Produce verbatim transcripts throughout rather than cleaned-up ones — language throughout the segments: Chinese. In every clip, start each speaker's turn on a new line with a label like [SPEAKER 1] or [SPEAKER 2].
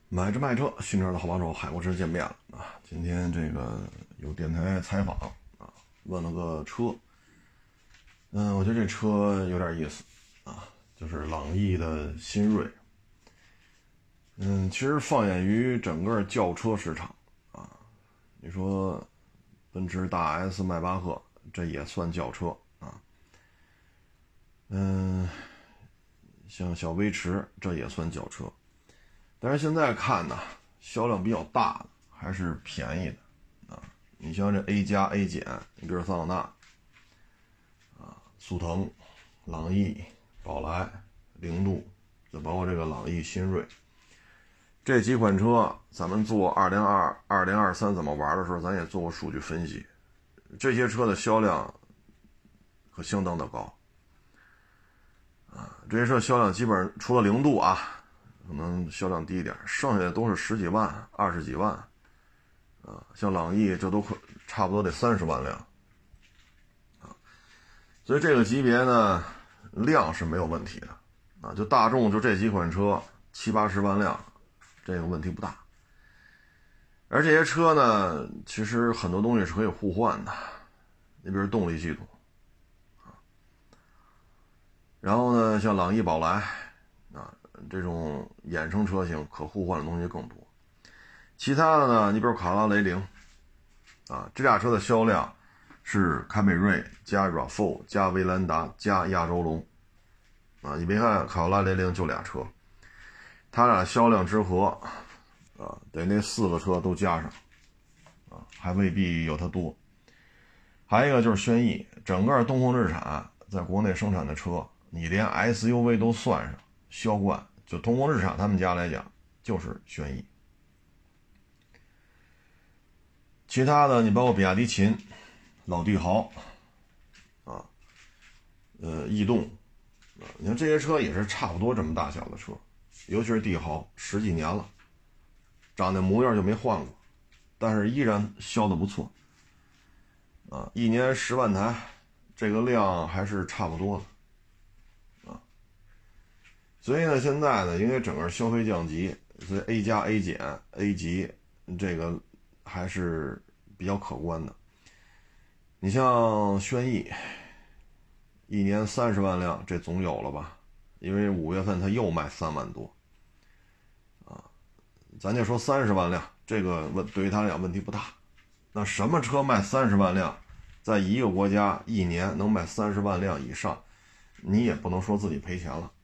[SPEAKER 1] 买车卖车，新车的好帮手，海阔车见面了啊！今天这个有电台采访啊，问了个车，嗯，我觉得这车有点意思啊，就是朗逸的新锐。嗯，其实放眼于整个轿车市场啊，你说奔驰大 S、迈巴赫，这也算轿车啊。嗯，像小威驰，这也算轿车。但是现在看呢，销量比较大的还是便宜的啊。你像这 A 加 A 减，你比如桑塔纳啊、速腾、朗逸、宝来、凌渡，就包括这个朗逸新锐这几款车，咱们做二零二二、二零二三怎么玩的时候，咱也做过数据分析。这些车的销量可相当的高啊，这些车销量基本上除了凌渡啊。可能销量低一点，剩下的都是十几万、二十几万，啊，像朗逸这都差不多得三十万辆，啊，所以这个级别呢，量是没有问题的，啊，就大众就这几款车七八十万辆，这个问题不大。而这些车呢，其实很多东西是可以互换的，你比如动力系统，啊，然后呢，像朗逸、宝来，啊。这种衍生车型可互换的东西更多，其他的呢，你比如卡罗拉雷凌啊，这俩车的销量是凯美瑞加 R A V 四 加威兰达加亚洲龙啊，你别看卡罗拉雷凌就俩车，它俩销量之和啊，得那四个车都加上啊，还未必有它多。还有一个就是轩逸，整个东风日产在国内生产的车，你连 S U V 都算上，销冠就东风日产他们家来讲就是轩逸，其他的你包括比亚迪秦、老帝豪啊，呃，逸动啊，你看这些车也是差不多这么大小的车，尤其是帝豪十几年了，长得模样就没换过，但是依然销得不错啊，一年十万台，这个量还是差不多的。所以呢，现在呢，因为整个消费降级，所以 A 加 A 减 A 级这个还是比较可观的。你像轩逸，一年三十万辆，这总有了吧？因为五月份它又卖三万多，啊，咱就说三十万辆，这个问对于他来讲问题不大。那什么车卖三十万辆，在一个国家一年能卖三十万辆以上，你也不能说自己赔钱了。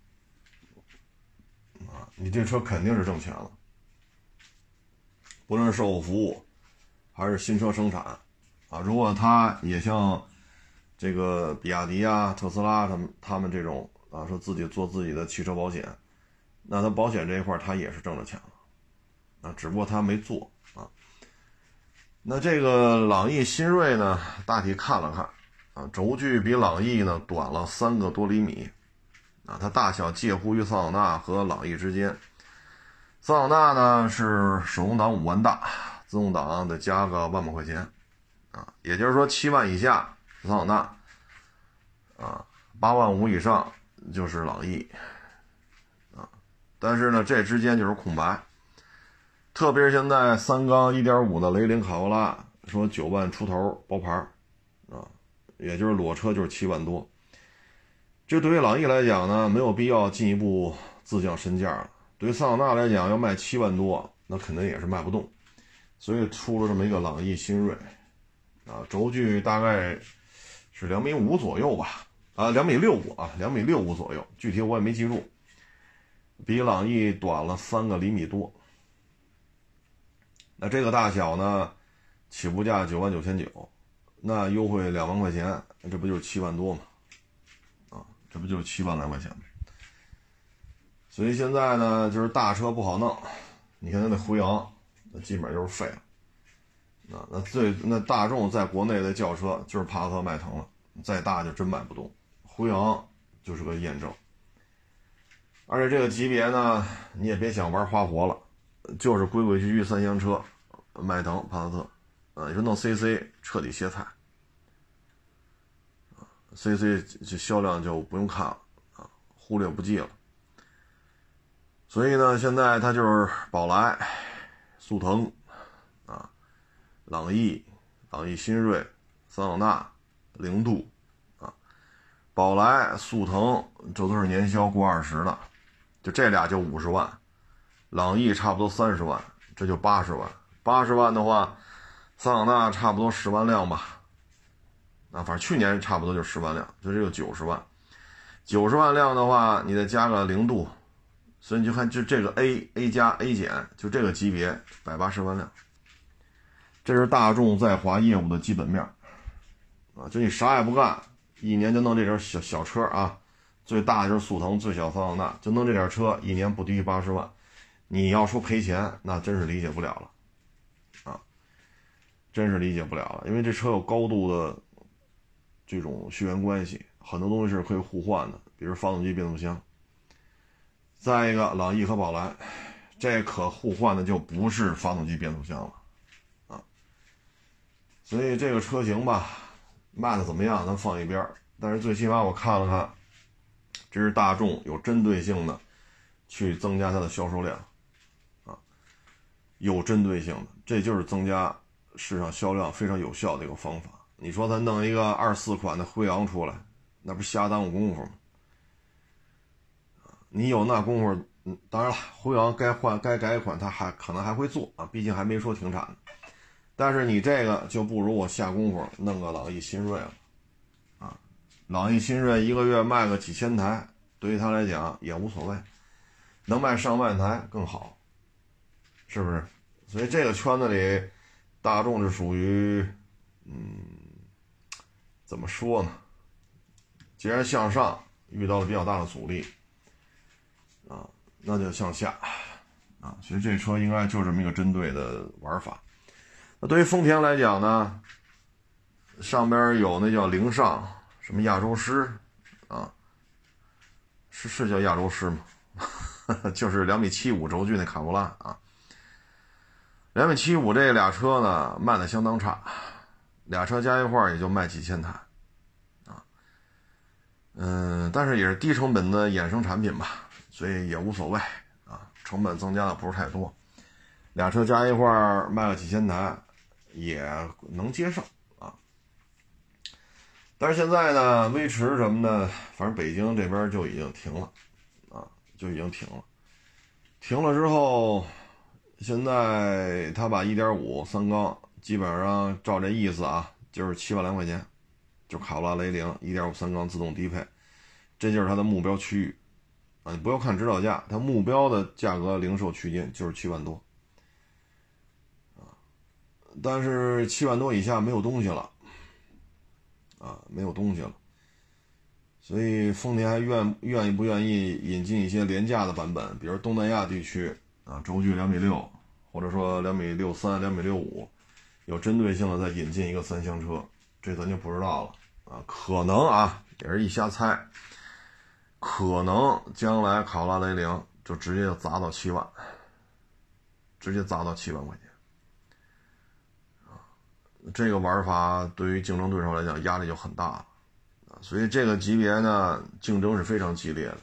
[SPEAKER 1] 啊，你这车肯定是挣钱了，不论是售后服务还是新车生产啊。如果他也像这个比亚迪啊、特斯拉他们他们这种啊，说自己做自己的汽车保险，那他保险这一块他也是挣着钱了啊，只不过他没做啊。那这个朗逸新锐呢，大体看了看啊，轴距比朗逸呢短了三个多厘米。啊，它大小介乎于桑塔纳和朗逸之间。桑塔纳呢是手动挡五万大，自动挡得加个万把块钱啊，也就是说七万以下桑塔纳啊，八万五以上就是朗逸啊。但是呢，这之间就是空白，特别是现在三缸 一点五 的雷凌卡罗拉说九万出头包牌啊，也就是裸车就是七万多。这对于朗逸来讲呢，没有必要进一步自降身价了。对于桑塔纳来讲，要卖七万多，那肯定也是卖不动，所以出了这么一个朗逸新锐，啊，轴距大概是两米五左右吧，啊，两米六五啊，两米六五左右，具体我也没记住，比朗逸短了三个厘米多。那这个大小呢，起步价九万九千九，那优惠两万块钱，这不就是七万多吗？这不就是七万来块钱吗？所以现在呢，就是大车不好弄，你看它那辉昂，那基本上就是废了。啊，那最那大众在国内的轿车就是帕萨特、迈腾了，再大就真卖不动。辉昂就是个验证。而且这个级别呢，你也别想玩花活了，就是规规矩矩三厢车，迈腾、帕萨特，啊，你说弄 C C 彻底歇菜。C C 销量就不用看了啊，忽略不计了。 所以呢，现在它就是宝来、速腾啊、朗逸、朗逸新锐、桑塔纳、凌渡啊，宝来、速腾这都是年销过二十的，就这俩就五十万，朗逸差不多三十万，这就八十万。八十万的话，桑塔纳差不多十万辆吧，啊，反正去年差不多就十万辆，就这就九十万。九十万辆的话，你再加个零度，所以你就看就这个 A A 加 A 减，就这个级别百八十万辆，这是大众在华业务的基本面啊，就你啥也不干，一年就弄这点小小车啊，最大的就是速腾，最小桑塔纳，就弄这点车，一年不低于八十万。你要说赔钱，那真是理解不了了啊，真是理解不了了，因为这车有高度的这种血缘关系，很多东西是可以互换的，比如发动机、变速箱。再一个，朗逸和宝来，这可互换的就不是发动机、变速箱了啊。所以这个车型吧，卖的怎么样，咱放一边，但是最起码我看了看，这是大众有针对性的去增加它的销售量啊，有针对性的，这就是增加市场销量非常有效的一个方法。你说他弄一个二四款的辉昂出来，那不是瞎耽误功夫吗？你有那功夫，嗯，当然了，辉昂该换该改款，他还可能还会做啊，毕竟还没说停产。但是你这个就不如我下功夫弄个朗逸新锐了啊！朗逸新锐一个月卖个几千台，对于他来讲也无所谓，能卖上万台更好，是不是？所以这个圈子里，大众是属于，嗯，怎么说呢？既然向上遇到了比较大的阻力啊，那就向下啊，所以这车应该就这么一个针对的玩法。那对于丰田来讲呢，上边有那叫凌尚，什么亚洲狮啊，是是叫亚洲狮吗？就是两米七五轴距那卡罗拉啊，两米七五这俩车呢卖的相当差，俩车加一块也就卖几千台啊，嗯，但是也是低成本的衍生产品吧，所以也无所谓啊，成本增加的不是太多，俩车加一块卖了几千台也能接受啊。但是现在呢，威驰什么的，反正北京这边就已经停了啊，就已经停了。停了之后，现在他把 一点五 三缸基本上照这意思啊，就是七万来块钱，就卡罗拉雷凌 一点五 三缸自动低配，这就是它的目标区域啊。你不要看指导价，它目标的价格零售区间就是七万多啊，但是七万多以下没有东西了啊，没有东西了。所以丰田还愿愿意不愿意引进一些廉价的版本，比如东南亚地区啊，轴距两米六，或者说两米六三、两米六五，有针对性的再引进一个三厢车，这咱就不知道了啊。可能啊，也是一瞎猜，可能将来卡罗拉雷凌就直接就砸到七万，直接砸到七万块钱啊。这个玩法对于竞争对手来讲压力就很大了。所以这个级别呢，竞争是非常激烈的。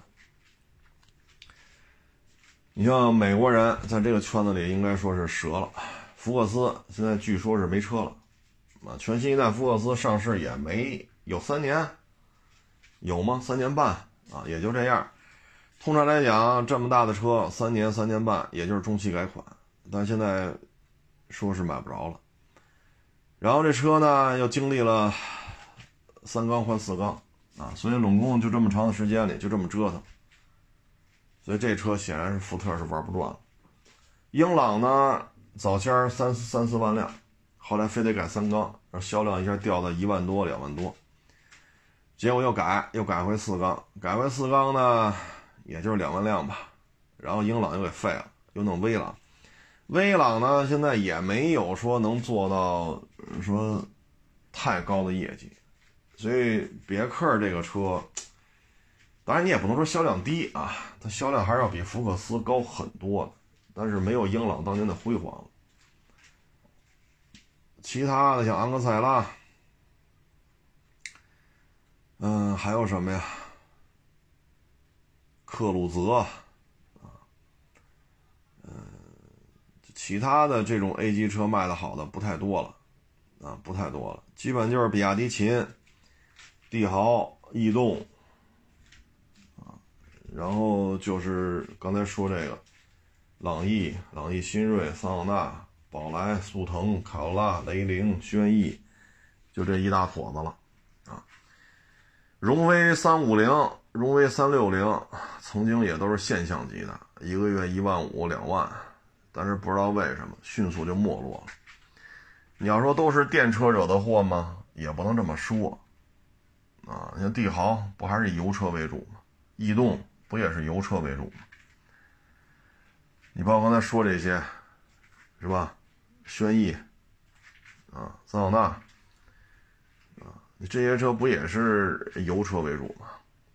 [SPEAKER 1] 你像美国人在这个圈子里应该说是折了，福克斯现在据说是没车了啊，全新一代福克斯上市也没有三年，有吗？三年半啊，也就这样。通常来讲，这么大的车，三年三年半，也就是中期改款，但现在说是买不着了。然后这车呢，又经历了三缸换四缸啊，所以拢共就这么长的时间里就这么折腾，所以这车显然是福特是玩不转了。英朗呢，早先三三四万辆，后来非得改三缸，让销量一下掉到一万多两万多，结果又改又改回四缸，改回四缸呢也就是两万辆吧，然后英朗又给废了，又弄威朗，威朗呢现在也没有说能做到说太高的业绩。所以别克这个车，当然你也不能说销量低啊，它销量还是要比福克斯高很多的，但是没有英朗当年的辉煌。其他的像昂克赛拉，嗯，还有什么呀？克鲁泽啊， 其他的这种 A 级车卖的好的不太多了啊，不太多了，基本就是比亚迪秦、帝豪、逸动啊，然后就是刚才说这个朗逸、朗逸新锐、桑塔纳、宝来、速腾、卡罗拉、雷凌、轩逸，就这一大坨子了啊。荣威三五零、荣威三六零曾经也都是现象级的，一个月一万五、两万，但是不知道为什么迅速就没落了。你要说都是电车惹的祸吗？也不能这么说啊。像帝豪不还是以油车为主吗？逸动不也是油车为主吗？你包括刚才说这些是吧？轩逸啊，桑塔纳啊，你这些车不也是油车为主吗？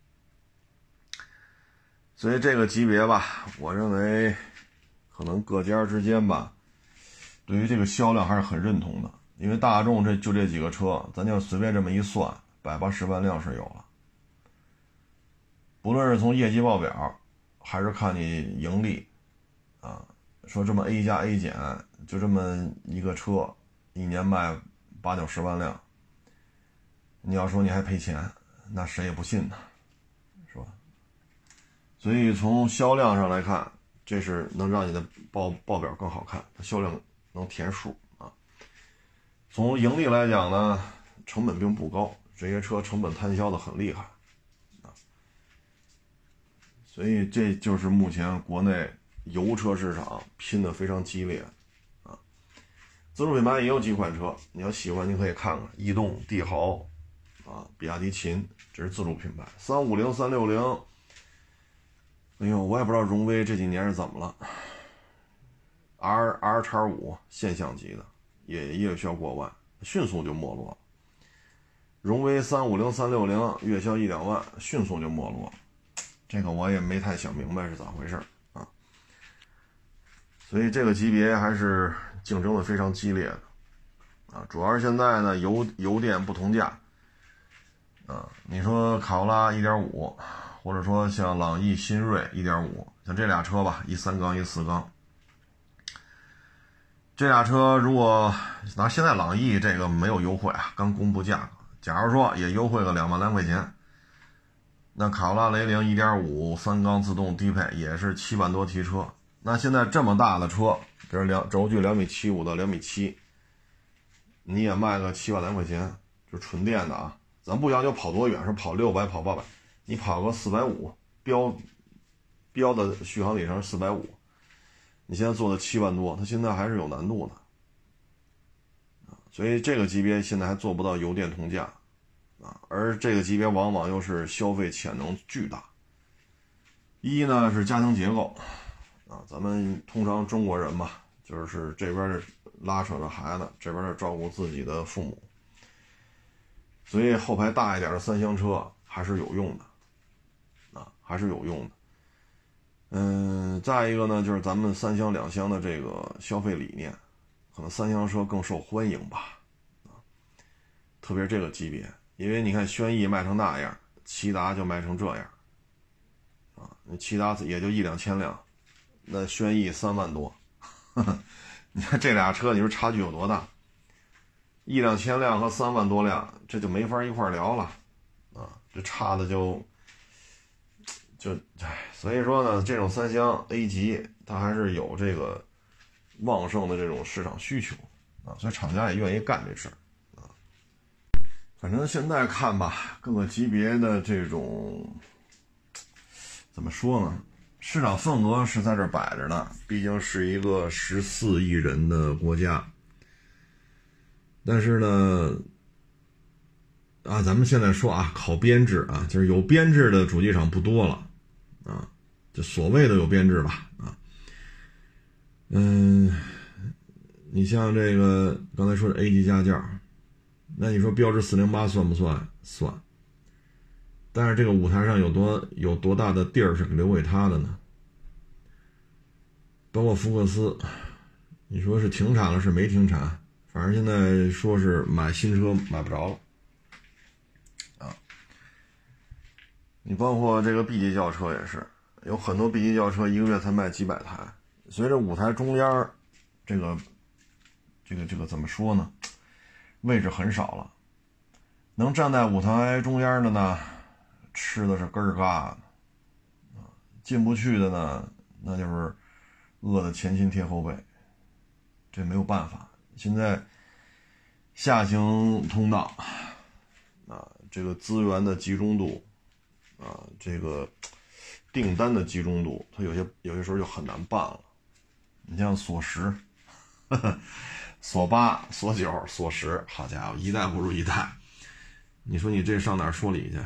[SPEAKER 1] 所以这个级别吧，我认为可能各家之间吧，对于这个销量还是很认同的。因为大众这就这几个车，咱就随便这么一算，百八十万辆是有了。不论是从业绩报表，还是看你盈利啊，说这么 A 加 A 减，就这么一个车，一年卖八九十万辆，你要说你还赔钱，那谁也不信呢，是吧？所以从销量上来看，这是能让你的报报表更好看，它销量能填数啊。从盈利来讲呢，成本并不高，这些车成本摊销的很厉害啊。所以这就是目前国内油车市场拼得非常激烈啊。自主品牌也有几款车，你要喜欢你可以看看，逸动、帝豪啊，比亚迪秦，这是自主品牌。三五零、三六零，哎呦，我也不知道荣威这几年是怎么了。R R 叉五现象级的，也月销过万，迅速就没落了。荣威三五零、三六零月销一两万，迅速就没落了。这个我也没太想明白是咋回事啊。所以这个级别还是竞争的非常激烈的啊。主要是现在呢，油油电不同价啊。你说卡罗拉 一点五， 或者说像朗逸新锐 一点五， 像这俩车吧，一三缸一四缸，这俩车如果拿现在朗逸这个没有优惠啊，刚公布价格，假如说也优惠个两万来块钱，那卡罗拉雷凌 一点五 三缸自动低配也是七万多提车。那现在这么大的车，比如两轴距两米七五到两米七，你也卖个七万来块钱，就纯电的啊。咱不要求跑多远，是跑六百跑八百，你跑个四百五，标标的续航里程四百五，你现在做的七万多，它现在还是有难度的。所以这个级别现在还做不到油电同价啊，而这个级别往往又是消费潜能巨大。一呢是家庭结构啊，咱们通常中国人嘛，就是这边拉扯着孩子，这边照顾自己的父母，所以后排大一点的三厢车还是有用的啊，还是有用的。嗯，再一个呢，就是咱们三厢两厢的这个消费理念，可能三厢车更受欢迎吧，啊，特别是这个级别，因为你看轩逸卖成那样，骐达就卖成这样，啊，骐达也就一两千辆，那轩逸三万多，呵呵，你看这俩车，你说差距有多大？一两千辆和三万多辆，这就没法一块聊了，啊，这差的就。就唉，所以说呢，这种三厢 A 级它还是有这个旺盛的这种市场需求啊，所以厂家也愿意干这事儿啊。反正现在看吧，各个级别的这种怎么说呢，市场份额是在这摆着的，毕竟是一个十四亿人的国家。但是呢，啊，咱们现在说啊，考编制啊，就是有编制的主机厂不多了。啊，就所谓的有编制吧，啊，嗯，你像这个刚才说的 A 级家轿，那你说标致四零八算不算？算。但是这个舞台上有多有多大的地儿是留给他的呢？包括福克斯，你说是停产了是没停产，反正现在说是买新车买不着了，啊。你包括这个 B 级轿车也是，有很多 B 级轿车一个月才卖几百台，随着五台中央这个这个这个怎么说呢？位置很少了，能站在舞台中间的呢，吃的是根儿嘎的，进不去的呢，那就是饿得前心贴后背，这没有办法。现在下行通道啊，这个资源的集中度啊，这个订单的集中度，它有些有些时候就很难办了。你像锁十、呵呵锁八、锁九、锁十，好家伙，一代不如一代。你说你这上哪儿说理去？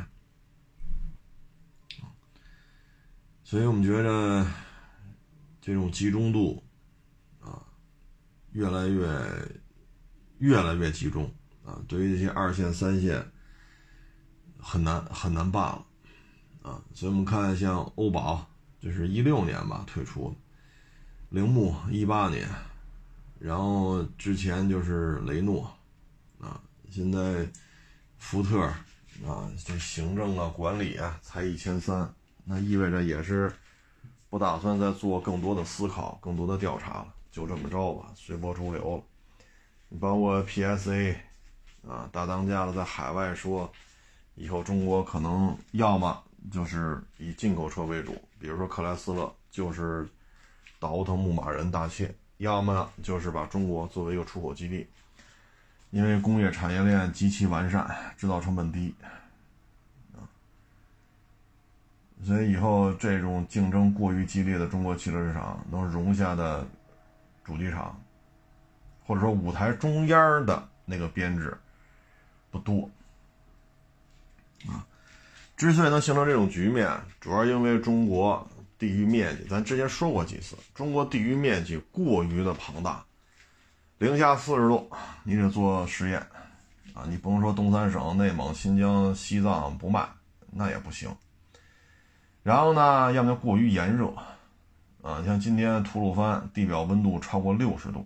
[SPEAKER 1] 所以我们觉得这种集中度啊，越来越越来越集中啊，对于这些二线三线很难很难办了啊。所以我们看像欧宝，这是一六年吧推出的，铃木一八年，然后之前就是雷诺啊，现在福特啊，这行政啊管理啊才一千三。那意味着也是不打算再做更多的思考、更多的调查了，就这么着吧，随波逐流了。你包括 P S A 啊，大当家的在海外说，以后中国可能要么就是以进口车为主，比如说克莱斯勒就是倒腾牧马人、大切，要么就是把中国作为一个出口基地，因为工业产业链极其完善，制造成本低。所以以后这种竞争过于激烈的中国汽车市场能容下的主机厂，或者说舞台中间的那个编制不多啊。之所以能形成这种局面，主要因为中国地域面积，咱之前说过几次，中国地域面积过于的庞大，零下四十度你得做实验啊，你甭说东三省、内蒙、新疆、西藏不卖，那也不行。然后呢，要么就过于炎热啊，像今天吐鲁番地表温度超过六十度，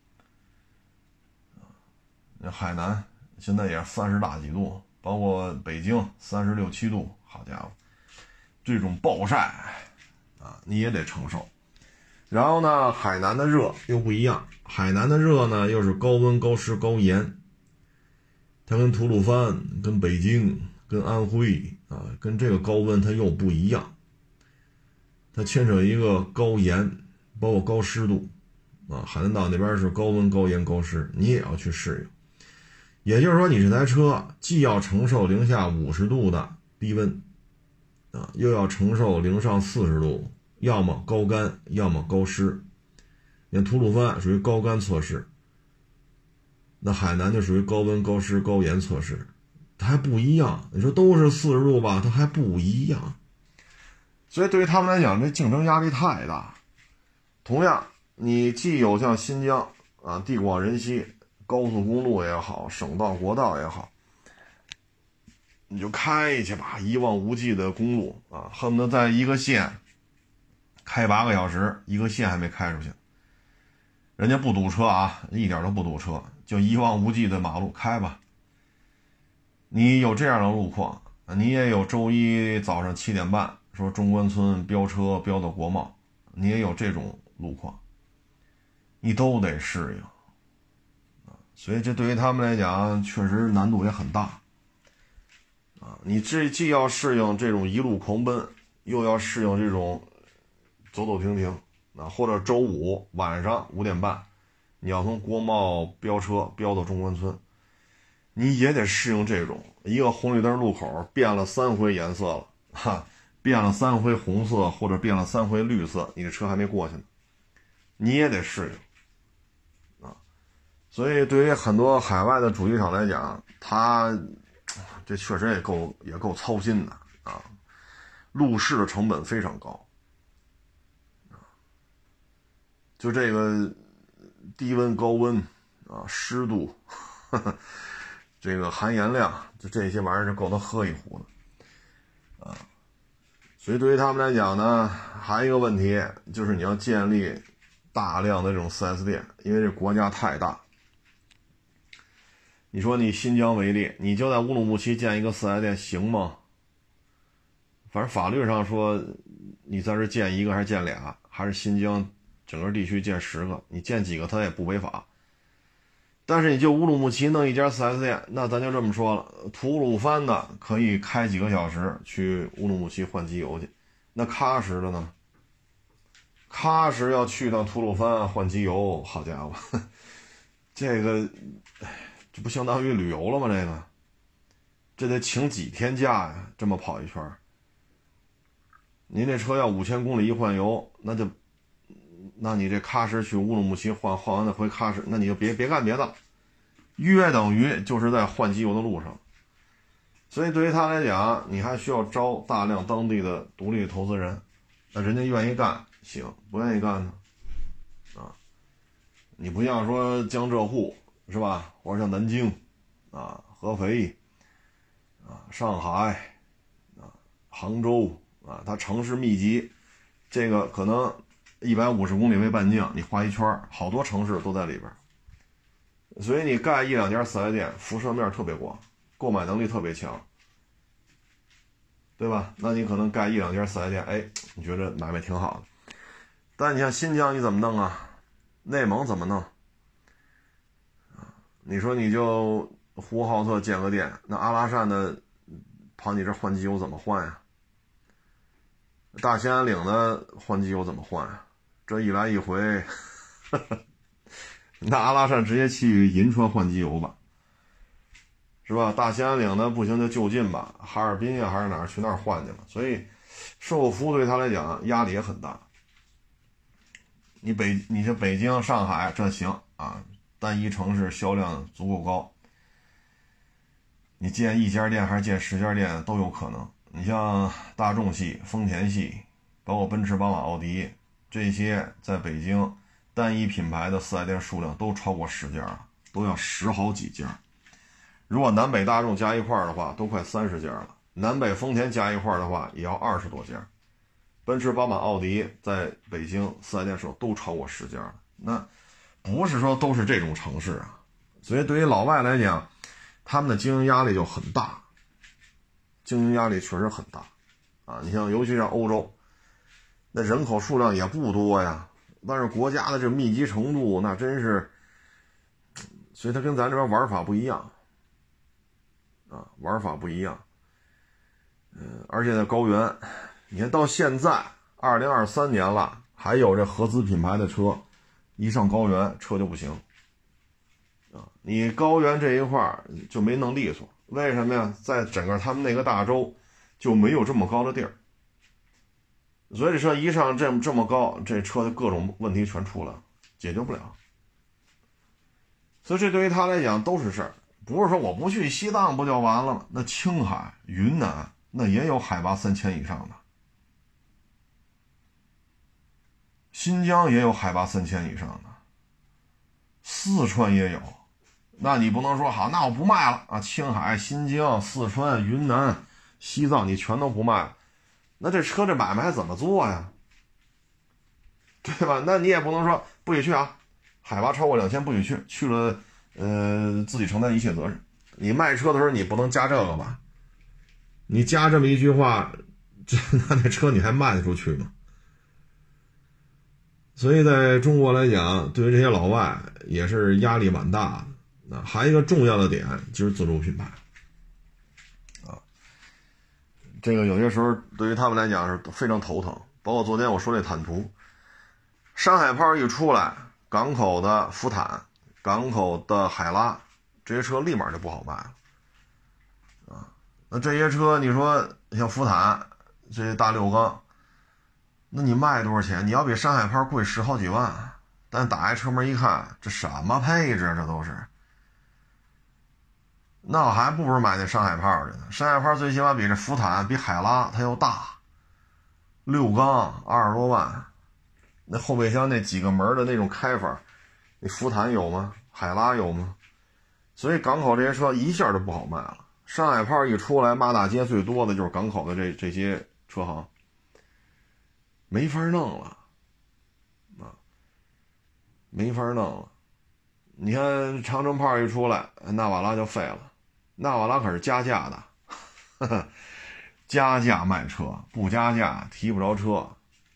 [SPEAKER 1] 海南现在也三十大几度，包括北京三十六七度，好家伙，这种暴晒啊你也得承受。然后呢，海南的热又不一样，海南的热呢又是高温高湿高盐，它跟吐鲁番、跟北京、跟安徽啊，跟这个高温它又不一样，它牵扯一个高盐，包括高湿度啊。海南岛那边是高温高盐高湿，你也要去适应。也就是说，你这台车既要承受零下五十度的低温啊，又要承受零上四十度，要么高干，要么高湿。你看吐鲁番属于高干测试，那海南就属于高温高湿高盐测试，它还不一样。你说都是四十度吧，它还不一样。所以对于他们来讲，这竞争压力太大。同样，你既有像新疆啊，地广人稀，高速公路也好，省道国道也好，你就开去吧，一望无际的公路啊，恨不得在一个县开八个小时，一个县还没开出去。人家不堵车啊，一点都不堵车，就一望无际的马路开吧。你有这样的路况，你也有周一早上七点半说中关村飙车飙到国贸，你也有这种路况，你都得适应。所以这对于他们来讲确实难度也很大啊！你这既要适应这种一路狂奔，又要适应这种走走停停啊，或者周五晚上五点半你要从国贸飙车飙到中关村，你也得适应这种一个红绿灯路口变了三回颜色了哈，变了三回红色或者变了三回绿色，你的车还没过去呢，你也得适应。所以对于很多海外的主机厂来讲，他这确实也够也够操心的啊，路试的成本非常高，就这个低温高温啊，湿度呵呵，这个含盐量，就这些玩意儿是够他喝一壶的啊。所以对于他们来讲呢，还有一个问题就是你要建立大量的这种 四 S 店，因为这国家太大。你说你新疆为例，你就在乌鲁木齐建一个 四 S 店行吗？反正法律上说你在这建一个还是建俩，还是新疆整个地区建十个，你建几个它也不违法。但是你就乌鲁木齐弄一家 四 S 店，那咱就这么说了，吐鲁番的可以开几个小时去乌鲁木齐换机油去，那喀什的呢？喀什要去趟吐鲁番换机油，好家伙，这个这不相当于旅游了吗？这个这得请几天假呀？这么跑一圈，您这车要五千公里一换油，那就那你这喀什去乌鲁木齐换，换完再回喀什，那你就别别干别的，约等于就是在换机油的路上。所以对于他来讲，你还需要招大量当地的独立投资人，那人家愿意干行，不愿意干呢？啊，你不像说江浙沪是吧，或者像南京啊、合肥啊、上海啊、杭州啊，它城市密集，这个可能一百五十公里为半径，你画一圈，好多城市都在里边，所以你盖一两家四 S 店，辐射面特别广，购买能力特别强，对吧？那你可能盖一两家四 S 店，哎，你觉得买卖挺好的。但你像新疆你怎么弄啊？内蒙怎么弄？你说你就呼和浩特建个店，那阿拉善的跑你这换机油怎么换呀？大兴安岭的换机油怎么换呀？这一来一回，呵呵，那阿拉善直接去银川换机油吧，是吧？大兴安岭的不行就就近吧，哈尔滨呀还是哪儿去那儿换去了。所以售后服务对他来讲压力也很大。你北你这北京上海这行啊，单一城市销量足够高，你建一家店还是建十家店都有可能。你像大众系、丰田系，包括奔驰、宝马、奥迪，这些在北京单一品牌的四 S 店数量都超过十家了，都要十好几家。如果南北大众加一块的话，都快三十家了。南北丰田加一块的话，也要二十多家。奔驰、宝马、奥迪在北京四 S 店数都超过十家了，那不是说都是这种城市啊。所以对于老外来讲，他们的经营压力就很大，经营压力确实很大啊。你像尤其像欧洲，那人口数量也不多呀，但是国家的这密集程度那真是，所以它跟咱这边玩法不一样啊，玩法不一样。嗯，而且在高原，你看到现在二零二三年了，还有这合资品牌的车一上高原车就不行啊！你高原这一块就没弄利索，为什么呀？在整个他们那个大洲就没有这么高的地儿，所以这车一上这么这么高，这车的各种问题全出来了，解决不了。所以这对于他来讲都是事儿，不是说我不去西藏不就完了吗？那青海、云南那也有海拔三千以上的。新疆也有海拔三千以上的，四川也有，那你不能说好，那我不卖了啊！青海、新疆、四川、云南、西藏你全都不卖了，那这车这买卖还怎么做呀？对吧？那你也不能说不许去啊，海拔超过两千不许去，去了呃自己承担一切责任。你卖车的时候你不能加这个吧？你加这么一句话，这那那车你还卖得出去吗？所以在中国来讲，对于这些老外也是压力蛮大的。那还有一个重要的点就是自主品牌啊，这个有些时候对于他们来讲是非常头疼。包括昨天我说这坦途，山海炮一出来，港口的福坦、港口的海拉，这些车立马就不好卖了啊。那这些车你说像福坦这些大六缸，那你卖多少钱？你要比山海炮贵十好几万，但打开车门一看，这什么配置？这都是，那我还不如买那山海炮去呢。山海炮最起码比这福坦、比海拉它要大，六缸二十多万，那后备箱那几个门的那种开法，你福坦有吗？海拉有吗？所以港口这些车一下就不好卖了。山海炮一出来，骂大街最多的就是港口的这这些车行。没法弄了啊，没法弄了。你看长城炮一出来，纳瓦拉就废了。纳瓦拉可是加价的，呵呵，加价卖车，不加价提不着车，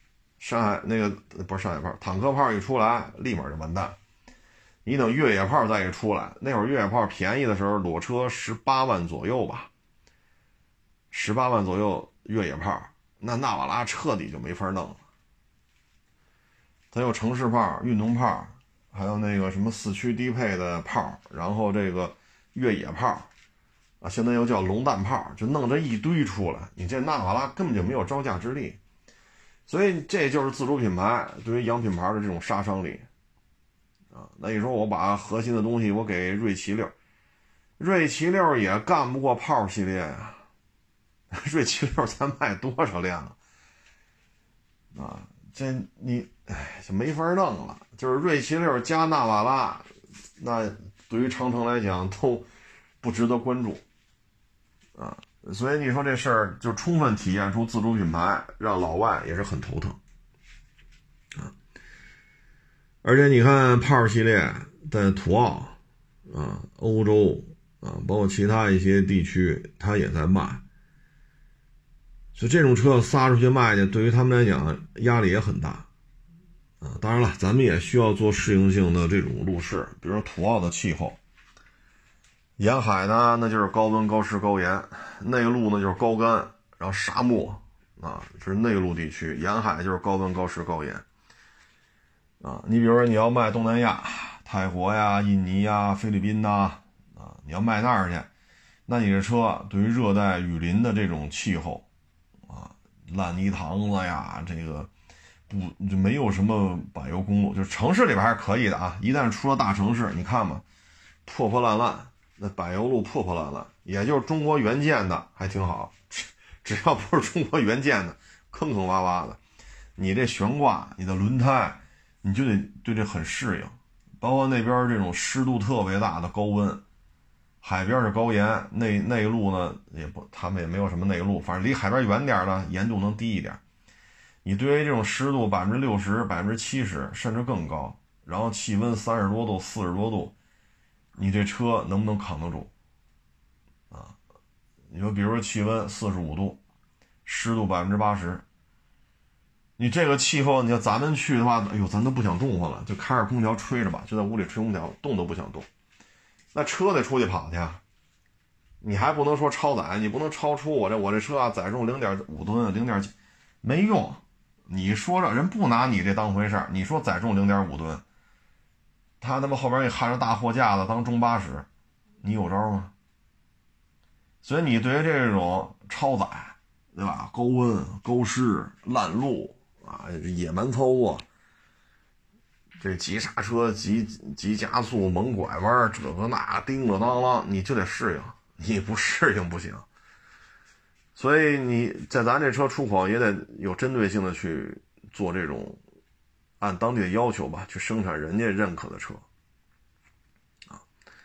[SPEAKER 1] 上海那个不是上海炮，坦克炮一出来，立马就完蛋。你等越野炮再一出来，那会儿越野炮便宜的时候，裸车十八万左右吧，十八万左右越野炮，那纳瓦拉彻底就没法弄了。它有城市炮、运动炮，还有那个什么四驱低配的炮，然后这个越野炮啊，现在又叫龙弹炮，就弄这一堆出来，你这纳瓦拉根本就没有招架之力。所以这就是自主品牌对于洋品牌的这种杀伤力啊。那你说我把核心的东西我给锐奇六，锐奇六也干不过炮系列呀、啊，锐奇六才卖多少辆啊？啊，这你哎就没法弄了。就是锐奇六加纳瓦拉，那对于长城来讲都不值得关注啊。所以你说这事儿就充分体现出自主品牌让老外也是很头疼啊。而且你看炮系列在土澳啊、欧洲啊，包括其他一些地区，它也在卖。所以这种车撒出去卖去，对于他们来讲压力也很大啊。当然了，咱们也需要做适应性的这种路试，比如说土澳的气候。沿海呢，那就是高温高湿高盐；内陆呢就是高干，然后沙漠啊，这是内陆地区。沿海就是高温高湿高盐啊。你比如说你要卖东南亚，泰国呀、印尼呀、菲律宾呐啊，你要卖那儿去，那你这车对于热带雨林的这种气候啊，烂泥塘子呀，这个不就没有什么柏油公路，就是城市里边还是可以的啊。一旦出了大城市，你看嘛，破破烂烂。那柏油路破破烂烂，也就是中国原建的还挺好，只要不是中国原建的，坑坑洼洼的，你这悬挂、你的轮胎，你就得对这很适应。包括那边这种湿度特别大的高温，海边是高盐，内内陆呢也不，他们也没有什么内陆，反正离海边远点的盐度能低一点。你对于这种湿度百分之六十、百分之七十甚至更高，然后气温三十多度、四十多度。你这车能不能扛得住啊？你说比如说气温四十五度，湿度百分之八十，你这个气候，你要咱们去的话，哎呦，咱都不想动换了，就开着空调吹着吧，就在屋里吹空调，动都不想动。那车得出去跑去，你还不能说超载，你不能超出我这我这车啊载重零点五吨，零点几，没用。你说着人不拿你这当回事儿，你说载重零点五吨。他他妈后边也焊着大货架子当中巴使，你有招吗？所以你对于这种超载，对吧？高温、高湿、烂路啊，野蛮操作，这急刹车、急急加速、猛拐弯，这个那叮了当啷，你就得适应，你不适应不行。所以你在咱这车出口也得有针对性的去做这种。按当地的要求吧，去生产人家认可的车，啊，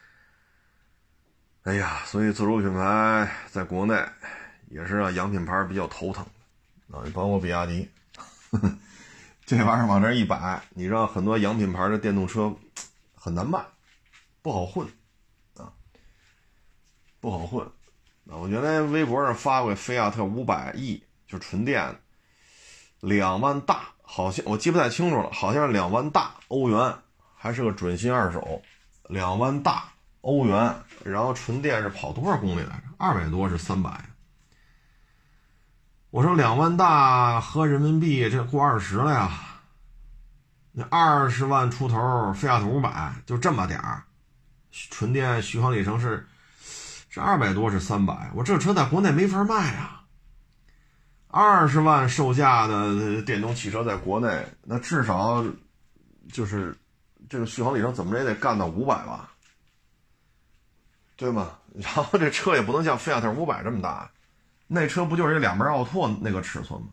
[SPEAKER 1] 哎呀，所以自主品牌在国内也是让洋品牌比较头疼啊，包括比亚迪，呵呵这玩意儿往这一摆，你让很多洋品牌的电动车很难卖，不好混啊，不好混啊。我原来微博上发过菲亚特五百 E， 就是纯电的，两万大。好像我记不太清楚了，好像是两万大欧元，还是个准新二手，两万大欧元，然后纯电是跑多少公里来着？二百多是三百。我说两万大合人民币这过二十了呀，那二十万出头，菲亚特五百就这么点儿，纯电续航里程是是二百多是三百，我这车在国内没法卖啊。二十万售价的电动汽车在国内，那至少就是这个续航里程怎么着也得干到五百吧，对吗？然后这车也不能像菲亚特五百这么大，那车不就是两门奥拓那个尺寸吗？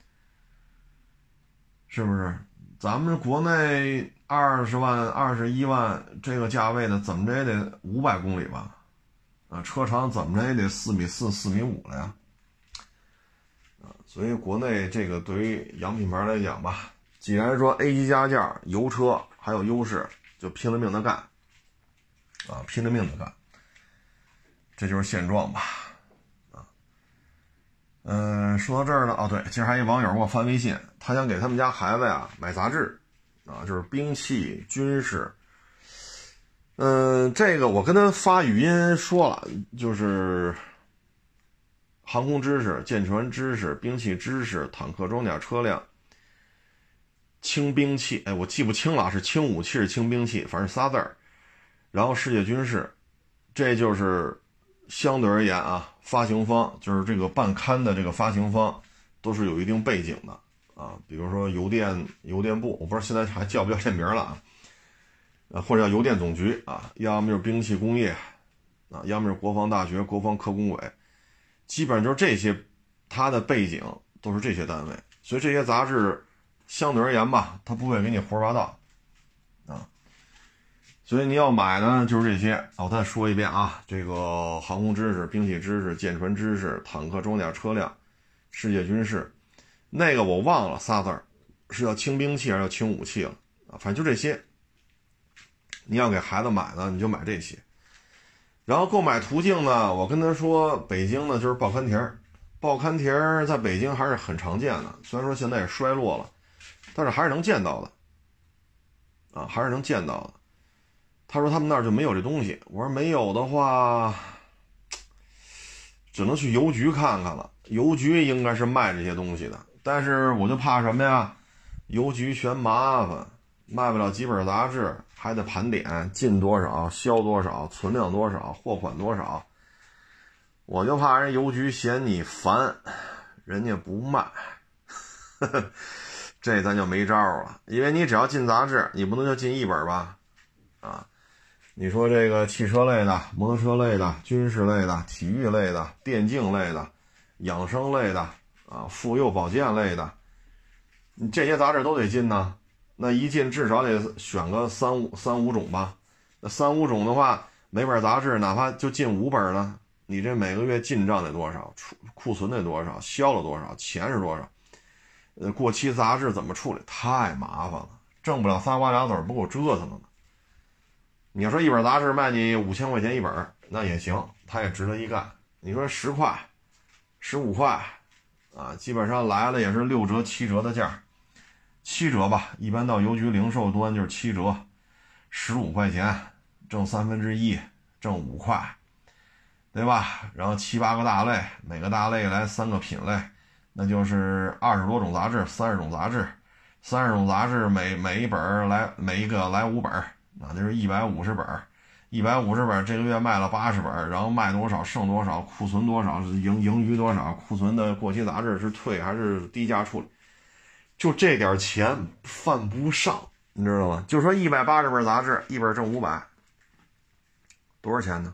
[SPEAKER 1] 是不是？咱们国内二十万、二十一万这个价位的，怎么着也得五百公里吧？啊，车长怎么着也得四米四、四米五了呀。所以国内这个对于洋品牌来讲吧，既然说 A 级加价油车还有优势，就拼了命的干啊，拼了命的干，这就是现状吧啊。 嗯、呃，说到这儿呢，哦对，今儿还一网友给我发微信，他想给他们家孩子呀买杂志，啊，就是兵器、军事。嗯、呃，这个我跟他发语音说了，就是航空知识、舰船知识、兵器知识、坦克装甲车辆、轻兵器，哎，我记不清了，是轻武器是轻兵器，反正仨字儿。然后世界军事，这就是相对而言啊，发行方就是这个办刊的这个发行方都是有一定背景的啊，比如说邮电邮电部，我不知道现在还叫不叫这名了啊，呃，或者叫邮电总局啊，要么就是兵器工业啊，要么是国防大学、国防科工委，基本上就是这些，它的背景都是这些单位，所以这些杂志相对而言吧，它不会给你胡说八道啊。所以你要买呢，就是这些。我再说一遍啊，这个航空知识、兵器知识、舰船知识、坦克装甲车辆、世界军事，那个我忘了仨字儿，是叫轻兵器还是叫轻武器了啊？反正就这些。你要给孩子买呢，你就买这些。然后购买途径呢，我跟他说，北京呢就是报刊亭，报刊亭在北京还是很常见的，虽然说现在也衰落了，但是还是能见到的，啊，还是能见到的。他说他们那儿就没有这东西，我说没有的话只能去邮局看看了，邮局应该是卖这些东西的，但是我就怕什么呀，邮局嫌麻烦，卖不了几本杂志，还得盘点进多少销多少存量多少货款多少，我就怕人邮局嫌你烦，人家不卖这咱就没招了，因为你只要进杂志，你不能就进一本吧啊，你说这个汽车类的、摩托车类的、军事类的、体育类的、电竞类的、养生类的啊、妇幼保健类的，你这些杂志都得进呢。那一进至少得选个三五三五种吧。那三五种的话，每本杂志哪怕就进五本呢，你这每个月进账得多少，库存得多少，销了多少，钱是多少？呃，过期杂志怎么处理？太麻烦了，挣不了仨瓜俩子不够折腾的呢。你要说一本杂志卖你五千块钱一本，那也行，它也值得一干。你说十块、十五块，啊，基本上来了也是六折、七折的价，七折吧，一般到邮局零售端就是七折，十五块钱挣三分之一，挣五块，对吧？然后七八个大类，每个大类来三个品类，那就是二十多种杂志，三十种杂志，三十种杂志每每一本来每一个来五本。啊，就是一百五十本，一百五十本，这个月卖了八十本，然后卖多少剩多少，库存多少，盈盈余多少，库存的过期杂志是退还是低价处理，就这点钱犯不上，你知道吗？就说一百八十本杂志，一本挣五百，多少钱呢？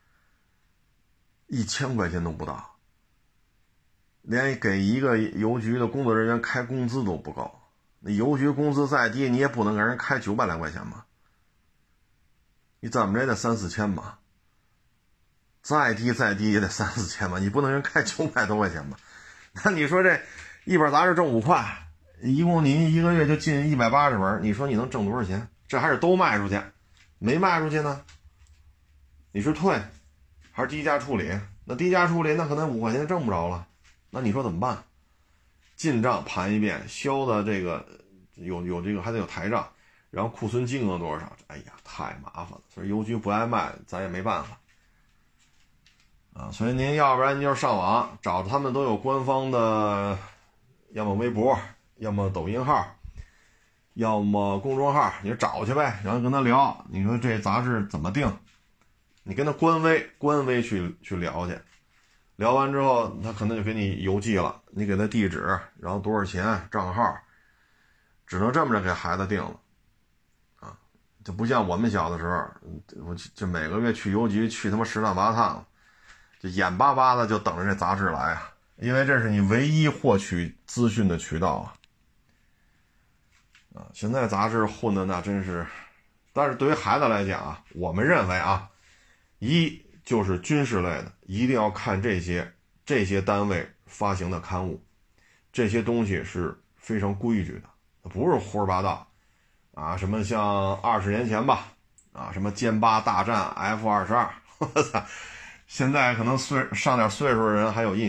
[SPEAKER 1] 一千块钱都不到，连给一个邮局的工作人员开工资都不够。那邮局工资再低，你也不能给人开九百来块钱吧？你怎么着也得三四千吧，再低再低也得三四千吧，你不能人开九百多块钱吧？那你说这一本杂志挣五块，一共您一个月就进一百八十本，你说你能挣多少钱？这还是都卖出去，没卖出去呢，你是退还是低价处理？那低价处理那可能五块钱挣不着了，那你说怎么办？进账盘一遍，销的这个有有这个还得有台账。然后库存金额多少？哎呀，太麻烦了，所以邮局不爱卖，咱也没办法啊。所以您要不然您就上网找，他们都有官方的，要么微博，要么抖音号，要么公众号，你就找去呗，然后跟他聊，你说这杂志怎么定？你跟他官微官微去去聊去，聊完之后他可能就给你邮寄了，你给他地址，然后多少钱，账号，只能这么着给孩子定了。就不像我们小的时候，我就每个月去邮局去他妈十趟八趟，就眼巴巴的就等着这杂志来啊，因为这是你唯一获取资讯的渠道啊。啊，现在杂志混的那真是，但是对于孩子来讲啊，我们认为啊，一就是军事类的，一定要看这些这些单位发行的刊物，这些东西是非常规矩的，不是胡说八道。啊，什么像二十年前吧，啊，什么歼八大战 F 二十二，我操！现在可能岁上点岁数的人还有印象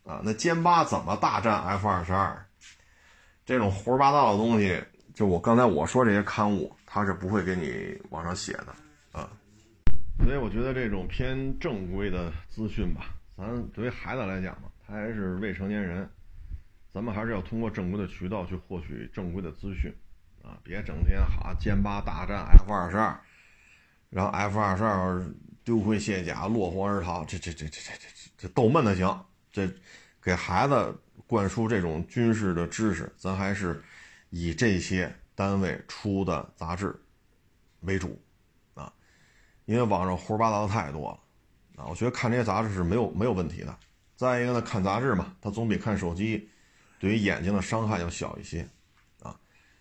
[SPEAKER 1] 啊，那歼八怎么大战 F 二十二？这种胡说八道的东西，就我刚才我说这些刊物，它是不会给你往上写的啊。所以我觉得这种偏正规的资讯吧，咱对于孩子来讲嘛，他还是未成年人，咱们还是要通过正规的渠道去获取正规的资讯啊，别整天哈歼八大战 F 二十二，然后 F 二十二丢盔卸甲落荒而逃，这这这这这这这逗闷的行，这给孩子灌输这种军事的知识，咱还是以这些单位出的杂志为主啊，因为网上胡说八道的太多了啊，我觉得看这些杂志是没有没有问题的。再一个呢，看杂志嘛，它总比看手机对于眼睛的伤害要小一些啊。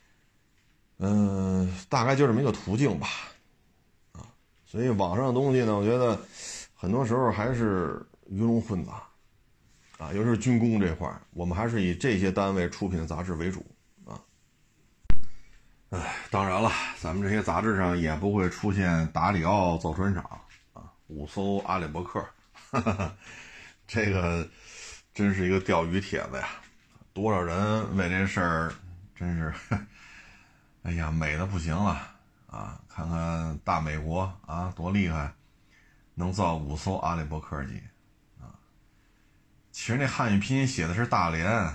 [SPEAKER 1] 嗯，大概就这么一个途径吧啊。所以网上的东西呢，我觉得很多时候还是鱼龙混杂啊，尤其是军工这块，我们还是以这些单位出品的杂志为主啊。哎，当然了，咱们这些杂志上也不会出现达里奥造船厂啊，五艘阿里伯克，哈哈，这个真是一个钓鱼帖子呀！多少人为这事儿真是，哎呀，美的不行了啊！看看大美国啊，多厉害，能造五艘阿里伯克级。其实那汉语拼音写的是大连，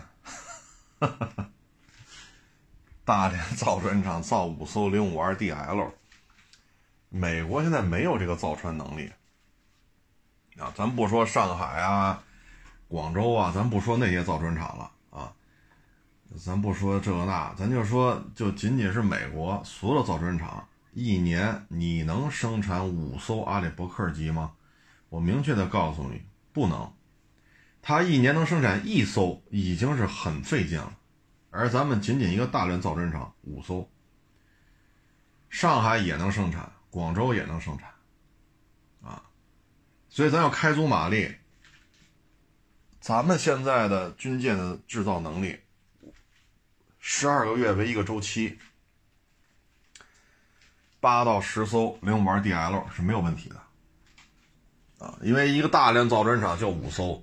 [SPEAKER 1] 大连造船厂造五艘零五二 D L， 美国现在没有这个造船能力啊！咱不说上海啊、广州啊，咱不说那些造船厂了啊，咱不说这个那，咱就说就仅仅是美国所有的造船厂，一年你能生产五艘阿里伯克级吗？我明确的告诉你，不能。它一年能生产一艘已经是很费劲了，而咱们仅仅一个大连造船厂五艘，上海也能生产，广州也能生产啊，所以咱要开足马力。咱们现在的军舰的制造能力，十二个月为一个周期，八到十艘零五二 D L 是没有问题的啊，因为一个大连造船厂就五艘。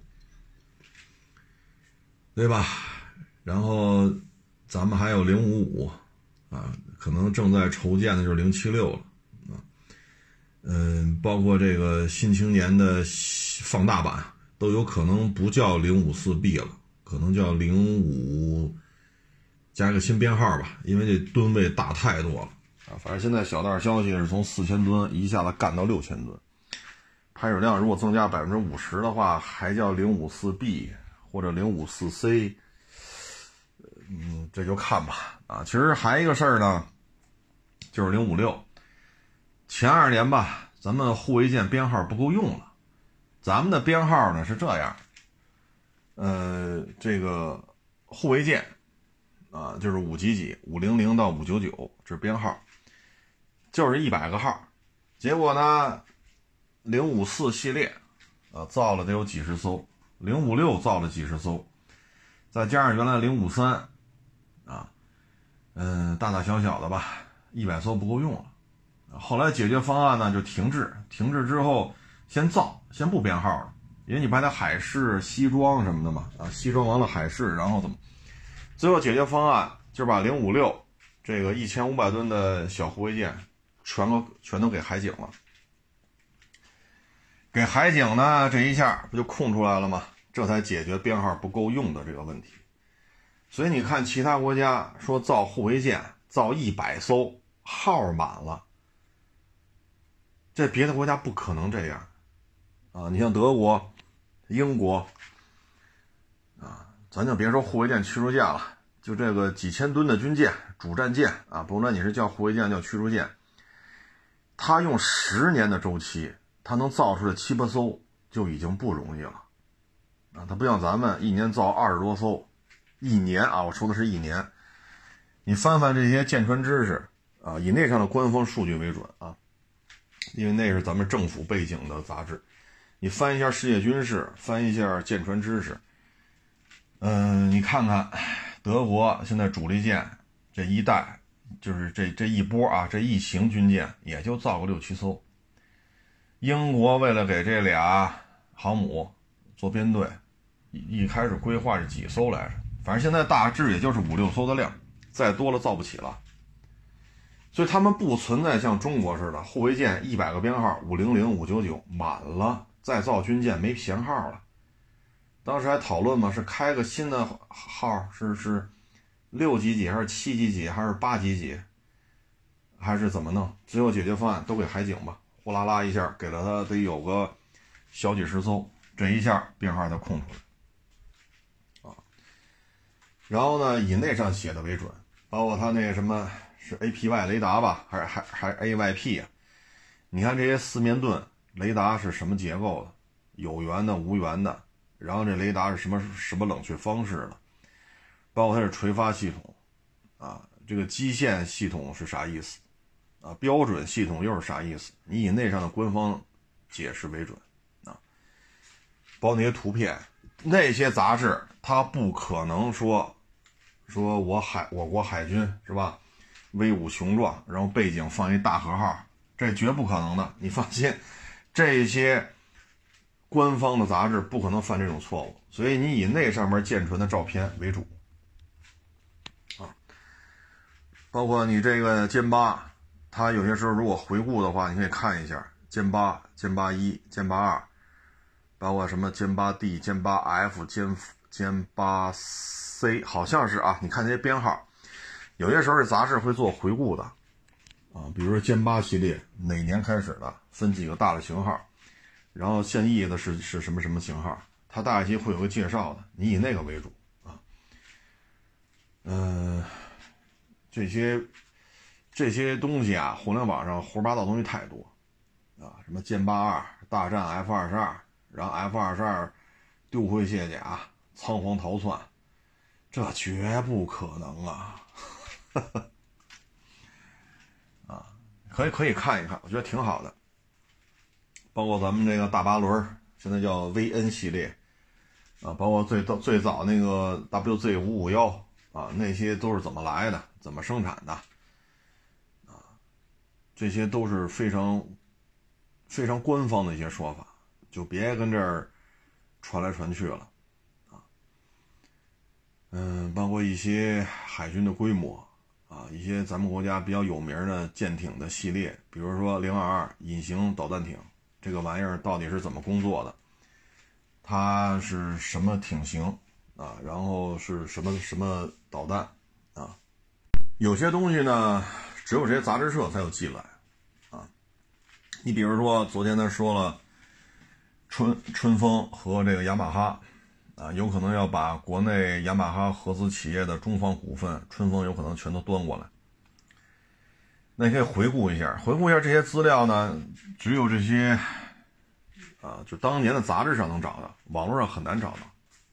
[SPEAKER 1] 对吧？然后咱们还有零五五啊，可能正在筹建的就是零七六了啊。嗯，包括这个新青年的放大版都有可能不叫零五四 B 了，可能叫零五加个新编号吧，因为这吨位大太多了啊。反正现在小道消息是从四千吨一下子干到六千吨，排水量如果增加百分之五十的话，还叫零五四 B。或者零五四 C， 嗯，这就看吧啊。其实还一个事儿呢，就是零五六，前二年吧，咱们护卫舰编号不够用了。咱们的编号呢是这样，呃，这个护卫舰啊，就是五几几，五零零到五九九，这是编号，就是一百个号。结果呢，零五四系列啊，造了得有几十艘。零五六造了几十艘，再加上原来零五三啊，嗯，大大小小的吧，一百艘不够用了。后来解决方案呢就停滞，停滞之后先造，先不编号了，因为你把它海试、西装什么的嘛，啊，西装完了海试，然后怎么？最后解决方案就把零五六这个一千五百吨的小护卫舰全都全都给海警了。给海警呢，这一下不就空出来了吗？这才解决编号不够用的这个问题。所以你看其他国家说造护卫舰造一百艘，号满了，这别的国家不可能这样啊！你像德国、英国啊，咱就别说护卫舰、驱逐舰了，就这个几千吨的军舰、主战舰啊，甭管你是叫护卫舰叫驱逐舰，它用十年的周期，它能造出来七八艘就已经不容易了啊！它不像咱们一年造二十多艘，一年啊，我说的是一年。你翻翻这些舰船知识啊，以那上的官方数据为准啊，因为那是咱们政府背景的杂志。你翻一下世界军事，翻一下舰船知识，嗯、呃，你看看德国现在主力舰这一代，就是这这一波啊，这一型军舰也就造个六七艘。英国为了给这俩航母做编队一开始规划是几艘来着，反正现在大致也就是五六艘的量，再多了造不起了。所以他们不存在像中国似的护卫舰一百个编号五零零、五九九满了，再造军舰没编号了。当时还讨论嘛，是开个新的号，是是六几几还是七几几还是八几几，还是怎么弄？最后解决方案都给海警吧，呼啦啦一下给了他得有个小几十艘，这一下编号才空出来啊。然后呢，以那上写的为准，包括他那个什么是 A P Y 雷达吧，还是还还 A Y P 啊？你看这些四面盾雷达是什么结构的？有源的、无源的，然后这雷达是什么什么冷却方式的？包括它是垂发系统啊，这个基线系统是啥意思啊？标准系统又是啥意思？你以那上的官方解释为准啊。包括那些图片，那些杂志它不可能说说我海我国海军是吧？威武雄壮，然后背景放一大和号，这绝不可能的。你放心，这些官方的杂志不可能犯这种错误，所以你以那上面建存的照片为主啊。包括你这个歼八，它有些时候如果回顾的话，你可以看一下歼八、歼八一、歼八二，包括什么歼八 D、歼八 F、歼歼八 C， 好像是啊，你看这些编号。有些时候这杂志会做回顾的啊，比如说歼八系列哪年开始的，分几个大的型号，然后现役的是是什么什么型号，它大体会有个介绍的，你以那个为主啊。嗯、呃，这些这些东西啊，互联网上胡说八道东西太多啊，什么歼八二大战 F 二十二，然后 F 二十二丢盔卸甲仓皇逃窜，这绝不可能啊。啊，可以可以看一看，我觉得挺好的。包括咱们这个大八轮，现在叫 V N 系列啊，包括最最早那个 W Z 五五一啊，那些都是怎么来的，怎么生产的啊，这些都是非常非常官方的一些说法，就别跟这儿传来传去了啊。嗯，包括一些海军的规模。啊，一些咱们国家比较有名的舰艇的系列，比如说零二二隐形导弹艇，这个玩意儿到底是怎么工作的？它是什么艇型啊？然后是什么什么导弹啊？有些东西呢，只有这些杂志社才有记载啊。你比如说昨天他说了，春春风和这个雅马哈。啊，有可能要把国内雅马哈合资企业的中方股份，春风有可能全都端过来。那你可以回顾一下，回顾一下这些资料呢，只有这些啊，就当年的杂志上能找到，网络上很难找到。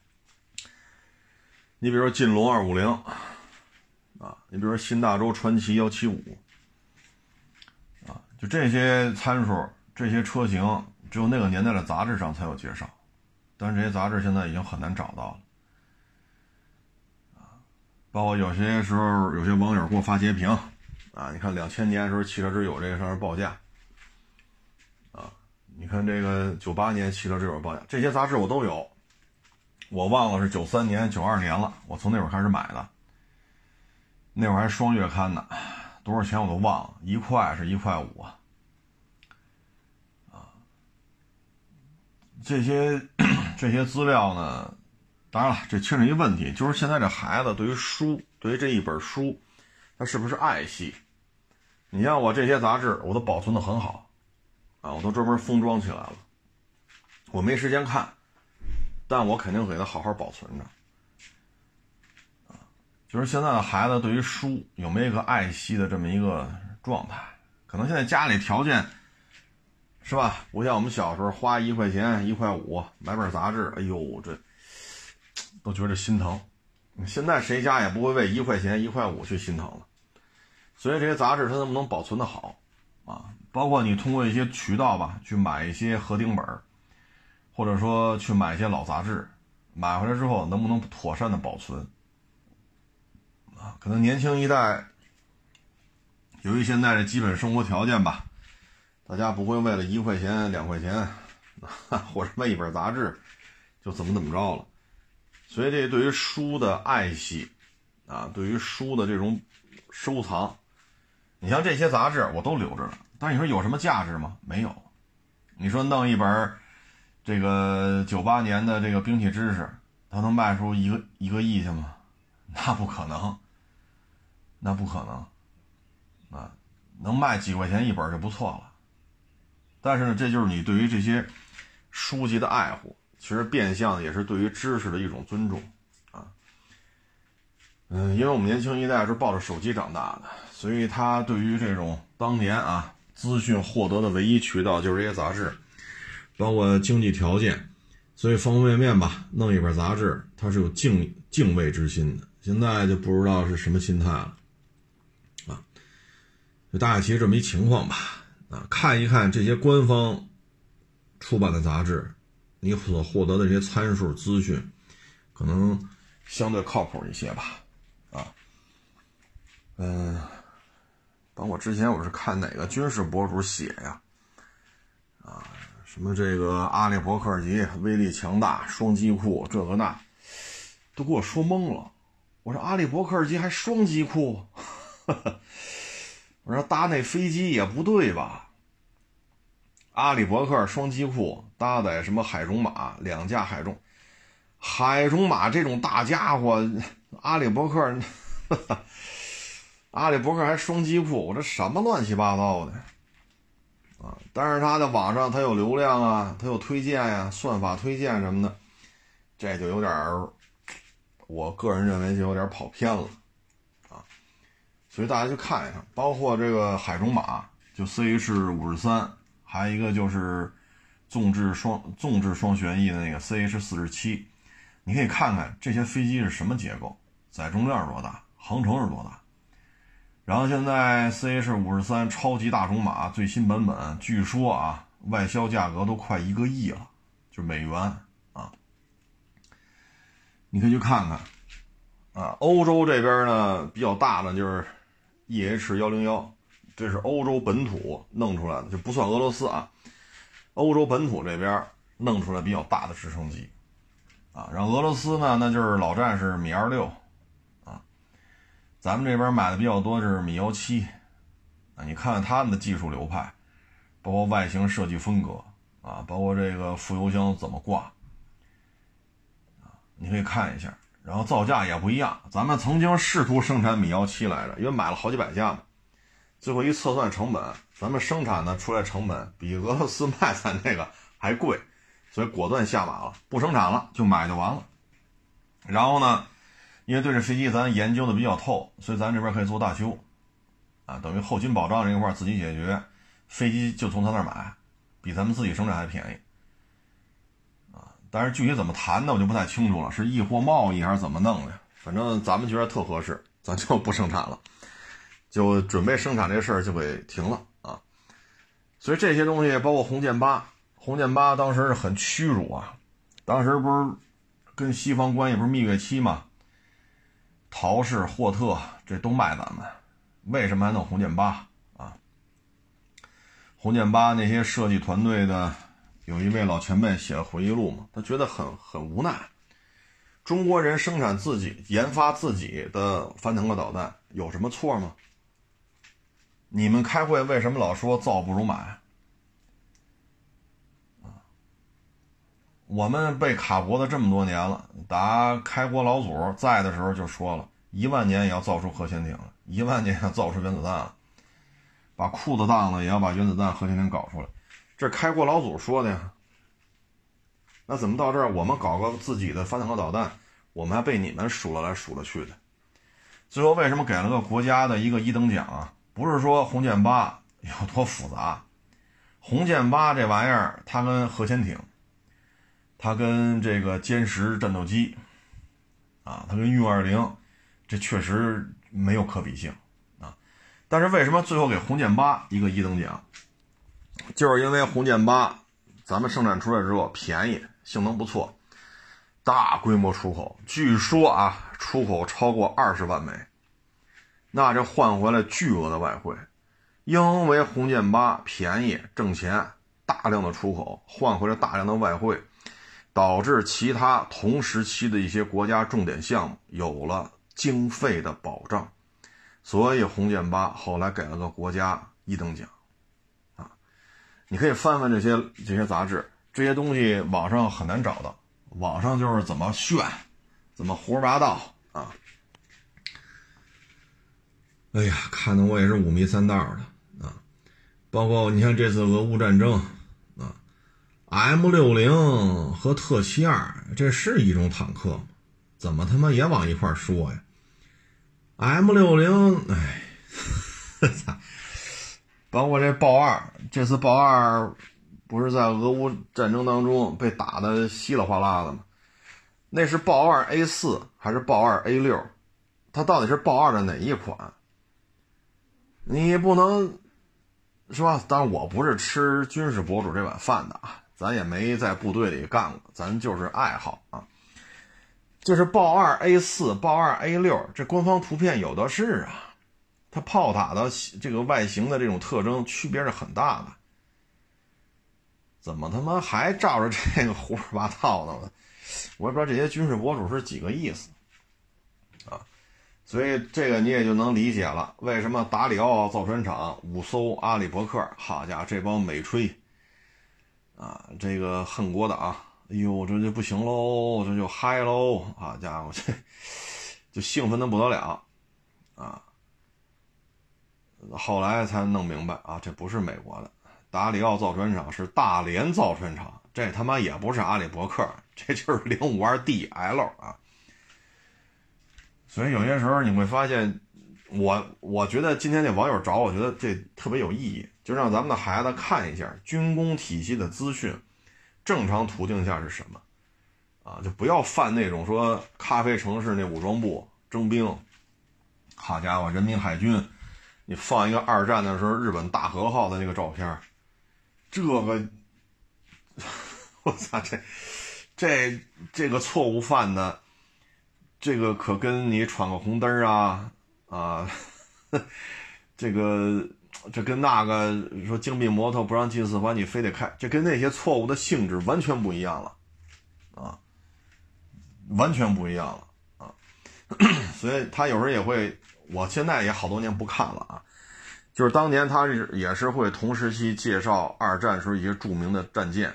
[SPEAKER 1] 你比如说晋龙二五零啊，你比如说新大洲传奇一七五啊，就这些参数、这些车型，只有那个年代的杂志上才有介绍。但是这些杂志现在已经很难找到了，啊，包括有些时候有些网友给我发截屏，啊，你看两千年的时候汽车之友这个上面报价，啊，你看这个九八年汽车之友报价，这些杂志我都有，我忘了是九三年、九二年了，我从那会儿开始买的，那会儿还双月刊呢，多少钱我都忘了，一块是一块五啊，啊，这些。这些资料呢，当然了，这牵扯一个问题，就是现在这孩子对于书，对于这一本书，他是不是爱惜？你像我这些杂志，我都保存的很好，啊，我都专门封装起来了。我没时间看，但我肯定给它好好保存着。啊，就是现在的孩子对于书有没有一个爱惜的这么一个状态？可能现在家里条件。是吧？不像我们小时候花一块钱、一块五买本杂志，哎呦，这都觉得心疼。现在谁家也不会为一块钱、一块五去心疼了。所以这些杂志它能不能保存得好啊？包括你通过一些渠道吧，去买一些合订本，或者说去买一些老杂志，买回来之后能不能妥善的保存啊？可能年轻一代由于现在的基本生活条件吧。大家不会为了一块钱两块钱或者为一本杂志就怎么怎么着了， 所以这对于书的爱惜啊，对于书的这种收藏，你像这些杂志我都留着了，但是你说有什么价值吗？没有。你说弄一本这个九八年的这个兵器知识，它能卖出一个一个亿去吗？那不可能，那不可能啊，能卖几块钱一本就不错了。但是呢，这就是你对于这些书籍的爱护，其实变相也是对于知识的一种尊重啊。嗯，因为我们年轻一代是抱着手机长大的，所以他对于这种当年啊资讯获得的唯一渠道就是这些杂志，包括经济条件，所以方方面面吧，弄一本杂志，他是有敬敬畏之心的。现在就不知道是什么心态了啊。就大概其实这么一情况吧。啊，看一看这些官方出版的杂志，你所获得的这些参数资讯，可能相对靠谱一些吧。啊，嗯、呃，包括之前我是看哪个军事博主写呀，啊，什么这个阿里伯克级威力强大，双机库这个那，都给我说懵了。我说阿里伯克级还双机库？我说搭那飞机也不对吧？阿里伯克双机库搭载什么海种马，两架海种，海种马这种大家伙，阿里伯克，阿里伯克还双机库，我这什么乱七八糟的啊！但是他在网上他有流量啊，他有推荐呀、啊，算法推荐什么的，这就有点，我个人认为就有点跑偏了。所以大家去看一看，包括这个海种马，就 C H 五十三，还有一个就是纵置双纵置双旋翼的那个 C H 四十七，你可以看看这些飞机是什么结构，载重量是多大，航程是多大。然后现在 C H 五十三超级大种马最新版本，据说啊，外销价格都快一个亿了，就是美元啊。你可以去看看啊。欧洲这边呢比较大的就是。E H 一零一， 这是欧洲本土弄出来的，就不算俄罗斯啊。欧洲本土这边弄出来比较大的直升机啊，然后俄罗斯呢，那就是老战士米二六啊。咱们这边买的比较多是米幺七啊。你看看他们的技术流派，包括外形设计风格啊，包括这个副油箱怎么挂啊，你可以看一下。然后造价也不一样，咱们曾经试图生产米幺七来着，因为买了好几百架嘛，最后一测算成本，咱们生产的出来成本比俄罗斯卖咱那个还贵，所以果断下马了，不生产了，就买就完了。然后呢，因为对这飞机咱研究的比较透，所以咱这边可以做大修啊，等于后勤保障这一块自己解决，飞机就从他那儿买，比咱们自己生产还便宜。但是具体怎么谈的我就不太清楚了，是易货贸易还是怎么弄的，反正咱们觉得特合适，咱就不生产了，就准备生产这事儿就给停了啊。所以这些东西包括红箭八，红箭八当时是很屈辱啊，当时不是跟西方关系不是蜜月期嘛，陶氏、霍特这都卖咱们，为什么还弄红箭八啊？红箭八那些设计团队的有一位老前辈写了回忆录嘛，他觉得很很无奈。中国人生产自己、研发自己的反坦克导弹有什么错吗？你们开会为什么老说造不如买？我们被卡脖子这么多年了，打开国老祖在的时候就说了，一万年也要造出核潜艇了，一万年也要造出原子弹了，把裤子当了也要把原子弹、核潜艇搞出来。这开国老祖说的呀，那怎么到这儿我们搞个自己的反坦克导弹，我们还被你们数了来数了去的？最后为什么给了个国家的一个一等奖啊？不是说红箭八有多复杂，红箭八这玩意儿它跟核潜艇，它跟这个歼十战斗机啊，它跟运二零，这确实没有可比性啊。但是为什么最后给红箭八一个一等奖？就是因为红箭八咱们生产出来之后便宜，性能不错，大规模出口，据说啊出口超过二十万枚，那这换回来巨额的外汇。因为红箭八便宜挣钱，大量的出口换回来大量的外汇， 导致其他同时期的一些国家重点项目有了经费的保障，所以红箭八后来给了个国家一等奖啊。你可以翻翻这些这些杂志，这些东西网上很难找到，网上就是怎么炫，怎么胡说八道啊。哎呀，看得我也是五迷三道的啊。包括你看这次俄乌战争啊 ，M 六零 和特七二这是一种坦克吗？怎么他妈也往一块说呀 ？M 六零，哎，包括这豹二，这次豹二不是在俄乌战争当中被打得稀里哗啦的吗？那是豹二 A 四 还是豹二 A 六？ 它到底是豹二的哪一款？你不能是吧？当然我不是吃军事博主这碗饭的啊，咱也没在部队里干过，咱就是爱好啊。就是豹二 A 四、豹二 A 六，这官方图片有的是啊，它炮塔的这个外形的这种特征区别是很大的，怎么他妈还照着这个胡说八道呢？我也不知道这些军事博主是几个意思啊。所以这个你也就能理解了，为什么达里奥造船厂五艘阿里伯克，好家伙，这帮美吹啊，这个恨国的啊，哎呦，这就不行喽，这就嗨喽，好家伙，这就兴奋的不得了啊！后来才弄明白啊，这不是美国的，达里奥造船厂是大连造船厂，这他妈也不是阿里伯克，这就是 零五二 D L 啊。所以有些时候你会发现，我我觉得今天这网友找我，觉得这特别有意义，就让咱们的孩子看一下军工体系的资讯，正常途径下是什么啊？就不要犯那种说咖啡城市那武装部征兵，好家伙，人民海军，你放一个二战的时候日本大和号的那个照片，这个，我操，这这这个错误犯的。这个可跟你闯个红灯啊啊，这个这跟那个说精密摩托不让进四环你非得开，这跟那些错误的性质完全不一样了啊，完全不一样了啊。所以他有时候也会，我现在也好多年不看了啊，就是当年他也是会同时期介绍二战时候一些著名的战舰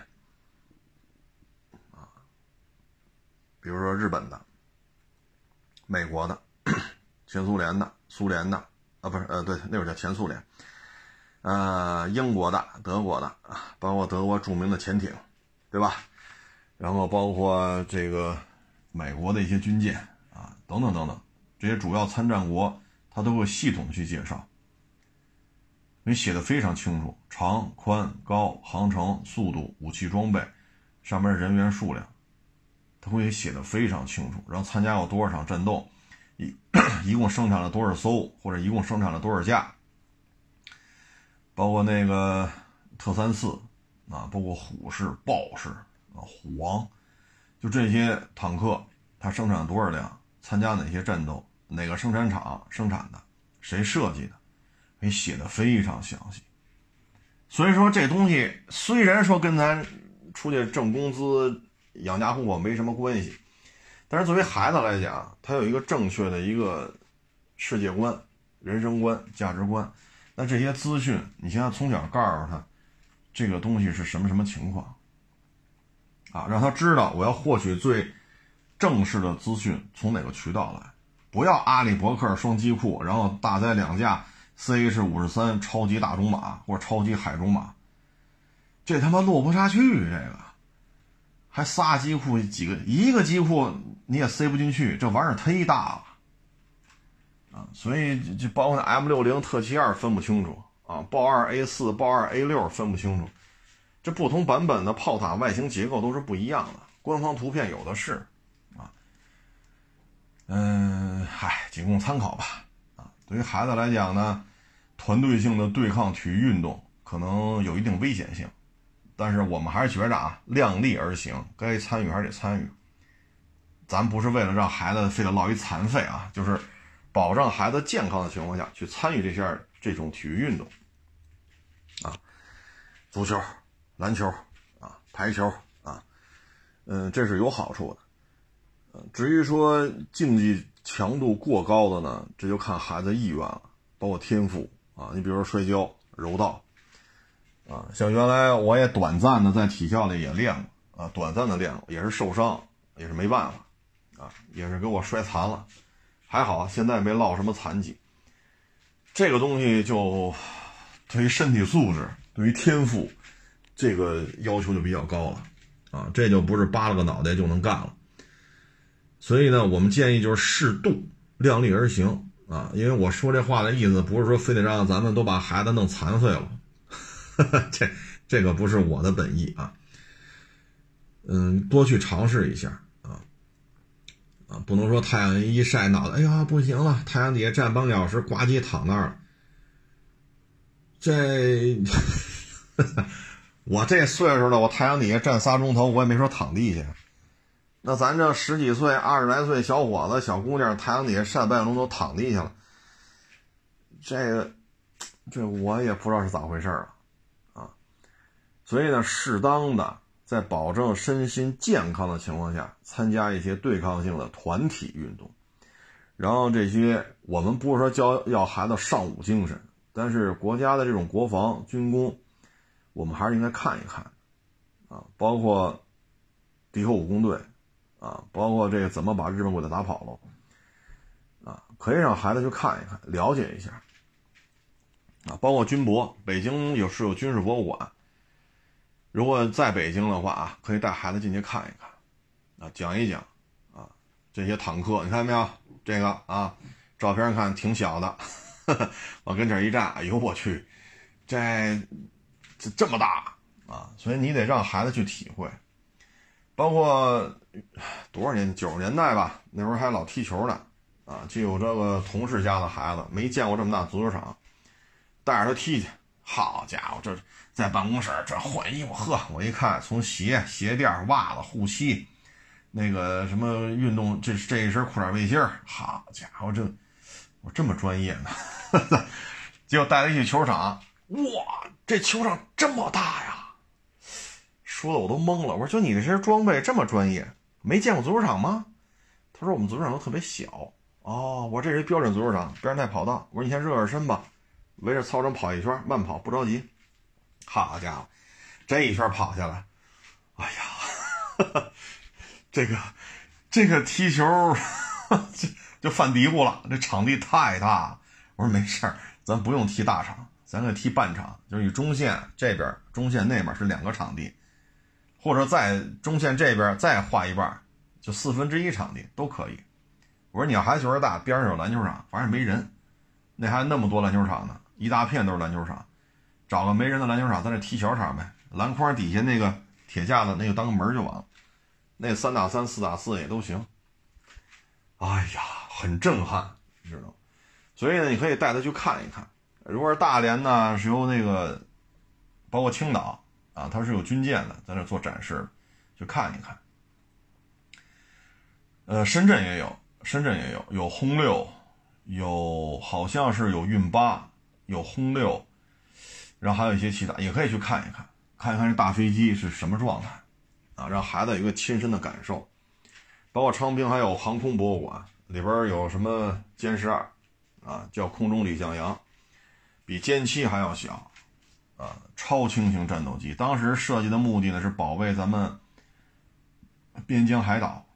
[SPEAKER 1] 啊，比如说日本的。美国的、前苏联的、苏联的啊，不是呃，对，那会儿叫前苏联，呃，英国的、德国的啊，包括德国著名的潜艇，对吧？然后包括这个美国的一些军舰啊，等等等等，这些主要参战国，它都会系统去介绍，你写的非常清楚，长、宽、高、航程、速度、武器装备，上面人员数量。他会写的非常清楚，然后参加过多少场战斗，一一共生产了多少艘，或者一共生产了多少架，包括那个特三四啊，包括虎式、豹式啊、虎王，就这些坦克，它生产了多少辆，参加哪些战斗，哪个生产厂生产的，谁设计的，给写的非常详细。所以说这东西虽然说跟咱出去挣工资养家糊口没什么关系，但是作为孩子来讲，他有一个正确的一个世界观、人生观、价值观。那这些资讯，你现在从小告诉他，这个东西是什么什么情况啊，让他知道我要获取最正式的资讯从哪个渠道来，不要阿里伯克双机库，然后搭载两架 C H 五十三 超级大种马或者超级海种马，这他妈落不下去，这个。还仨机库几个，一个机库你也塞不进去，这玩意儿忒大了啊！所以就包括那 M 六零 特七二分不清楚啊，豹二 A 四、豹二 A 六分不清楚，这不同版本的炮塔外形结构都是不一样的，官方图片有的是啊。嗯，嗨，仅供参考吧啊。对于孩子来讲呢，团队性的对抗体育运动可能有一定危险性。但是我们还是觉着啊，量力而行，该参与还是得参与。咱不是为了让孩子非得落一残废啊，就是保障孩子健康的情况下去参与这些这种体育运动啊，足球、篮球啊、排球啊， 嗯，这是有好处的。至于说竞技强度过高的呢，这就看孩子意愿了，包括天赋啊。你比如说摔跤、柔道啊，像原来我也短暂的在体校里也练过啊，短暂的练过，也是受伤，也是没办法啊，也是给我摔残了，还好现在没落什么残疾。这个东西就对于身体素质、对于天赋，这个要求就比较高了啊，这就不是扒了个脑袋就能干了。所以呢，我们建议就是适度，量力而行啊。因为我说这话的意思不是说非得让咱们都把孩子弄残废了，这这个不是我的本意啊。嗯，多去尝试一下啊啊，不能说太阳一晒脑袋，哎呀不行了，太阳底下站半个小时，呱唧躺那儿了。这我这岁数了，我太阳底下站仨钟头，我也没说躺地下。那咱这十几岁、二十来岁小伙子、小姑娘，太阳底下晒半个钟头躺地下了，这个，这我也不知道是咋回事啊，啊，所以呢，适当的在保证身心健康的情况下，参加一些对抗性的团体运动，然后这些我们不是说教要孩子上午精神，但是国家的这种国防军工，我们还是应该看一看，啊，包括敌后武工队。啊，包括这个怎么把日本鬼子打跑了，啊，可以让孩子去看一看，了解一下，啊，包括军博，北京有是有军事博物馆，如果在北京的话啊，可以带孩子进去看一看，啊，讲一讲，啊，这些坦克，你看没有？这个啊，照片看挺小的，呵呵，往跟这一站，哎呦我去，这这这么大啊，所以你得让孩子去体会。包括多少年九十年代吧，那时候还老踢球呢啊，就有这个同事家的孩子没见过这么大足球场，带着他踢去，好家伙，这在办公室这换衣服，呵，我一看从鞋鞋垫袜子护膝那个什么运动，这这一身裤衩背心，好家伙，这我这么专业呢结果带他去球场，哇，这球场这么大呀，说的我都懵了。我说就你这些装备这么专业，没见过足球场吗？他说我们足球场都特别小。哦，我这是标准足球场，边上带跑道。我说你先热热身吧，围着操场跑一圈，慢跑不着急。好家伙，这一圈跑下来，哎呀这个这个踢球就就犯嘀咕了，这场地太大了。我说没事儿，咱不用踢大场，咱可以踢半场，就是以中线这边中线那边是两个场地，或者在中线这边再画一半，就四分之一场地都可以。我说你要孩子球大，边上有篮球场，反正没人，那还那么多篮球场呢，一大片都是篮球场，找个没人的篮球场，在这踢小场呗，篮筐底下那个铁架子那个当个门就完了，那三打三四打四也都行。哎呀，很震撼，你知道吗？所以呢，你可以带他去看一看。如果是大连呢，是由那个包括青岛啊，它是有军舰的，在那做展示，去看一看。呃，深圳也有，深圳也有，有轰六，有好像是有运八，有轰六，然后还有一些其他，也可以去看一看，看一看这大飞机是什么状态啊，让孩子有一个亲身的感受。包括昌平还有航空博物馆，里边有什么歼十二啊，叫空中李向阳，比歼七还要小啊，超轻型战斗机。当时设计的目的呢是保卫咱们边疆海岛，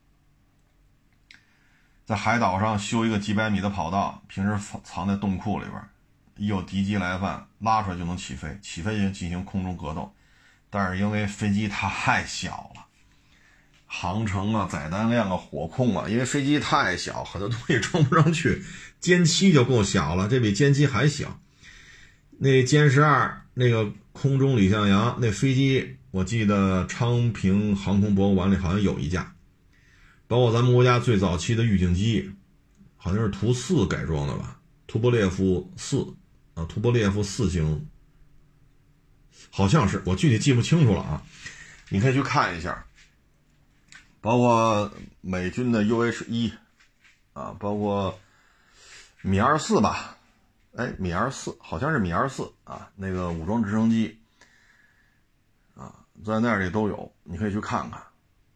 [SPEAKER 1] 在海岛上修一个几百米的跑道，平时藏在洞库里边，一有敌机来犯，拉出来就能起飞，起飞就进行空中格斗。但是因为飞机太小了，航程啊、载弹量啊、火控啊，因为飞机太小，很多东西装不上去。歼七就够小了，这比歼七还小。那歼十二那个空中李向阳那飞机，我记得昌平航空博物馆里好像有一架，包括咱们国家最早期的预警机，好像是图四改装的吧，图波列夫四啊，图波列夫四型，好像是，我具体记不清楚了啊，你可以去看一下。包括美军的 U H 一 啊，包括米二四吧，哎，米二四好像是米二四啊，那个武装直升机啊，在那里都有，你可以去看看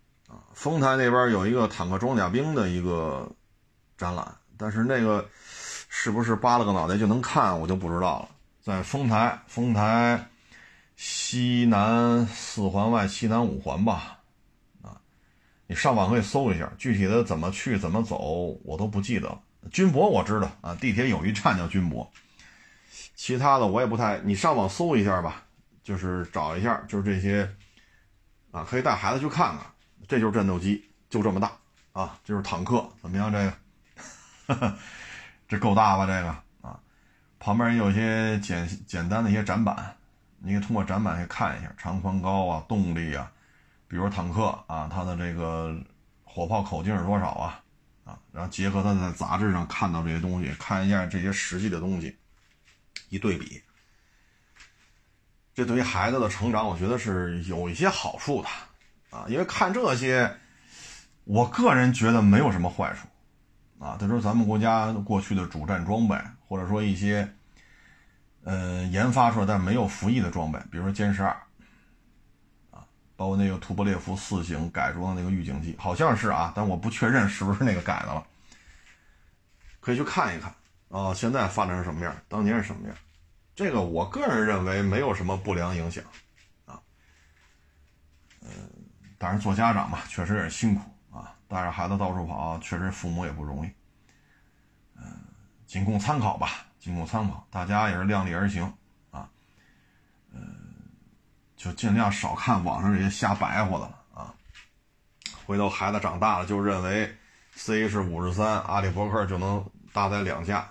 [SPEAKER 1] 丰台那边有一个坦克装甲兵的一个展览，但是那个是不是扒了个脑袋就能看，我就不知道了。在丰台，丰台西南四环外西南五环吧，啊，你上网可以搜一下，具体的怎么去怎么走我都不记得了。军博我知道啊，地铁有一站叫军博，其他的我也不太，你上网搜一下吧，就是找一下，就是这些啊，可以带孩子去看看。这就是战斗机，就这么大啊，这就是坦克，怎么样？这个这够大吧？这个啊，旁边也有一些简简单的一些展板，你可以通过展板去看一下长宽高啊、动力啊，比如坦克啊，它的这个火炮口径是多少啊啊，然后结合它在杂志上看到这些东西，看一下这些实际的东西，一对比，这对于孩子的成长，我觉得是有一些好处的。啊，因为看这些，我个人觉得没有什么坏处啊。他说咱们国家过去的主战装备，或者说一些呃研发出来但没有服役的装备，比如说歼十二啊，包括那个图波列夫四型改装的那个预警机，好像是啊，但我不确认是不是那个改的了，可以去看一看啊。现在发展成什么样，当年是什么样，这个我个人认为没有什么不良影响啊。嗯、呃。当然做家长嘛，确实也辛苦啊，带着孩子到处跑，确实父母也不容易。嗯、呃，仅供参考吧，仅供参考，大家也是量力而行啊。嗯、呃，就尽量少看网上这些瞎白活的了啊。回头孩子长大了，就认为 C H 五十三阿里伯克就能搭载两架，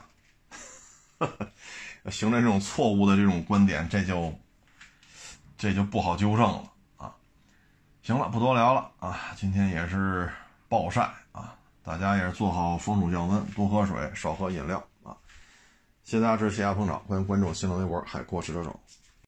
[SPEAKER 1] 形成这种错误的这种观点，这就这就不好纠正了。行了，不多聊了啊！今天也是暴晒啊，大家也是做好防暑降温，多喝水，少喝饮料啊！谢谢大家支持，谢谢捧场，欢迎关注新浪微博海阔试车手。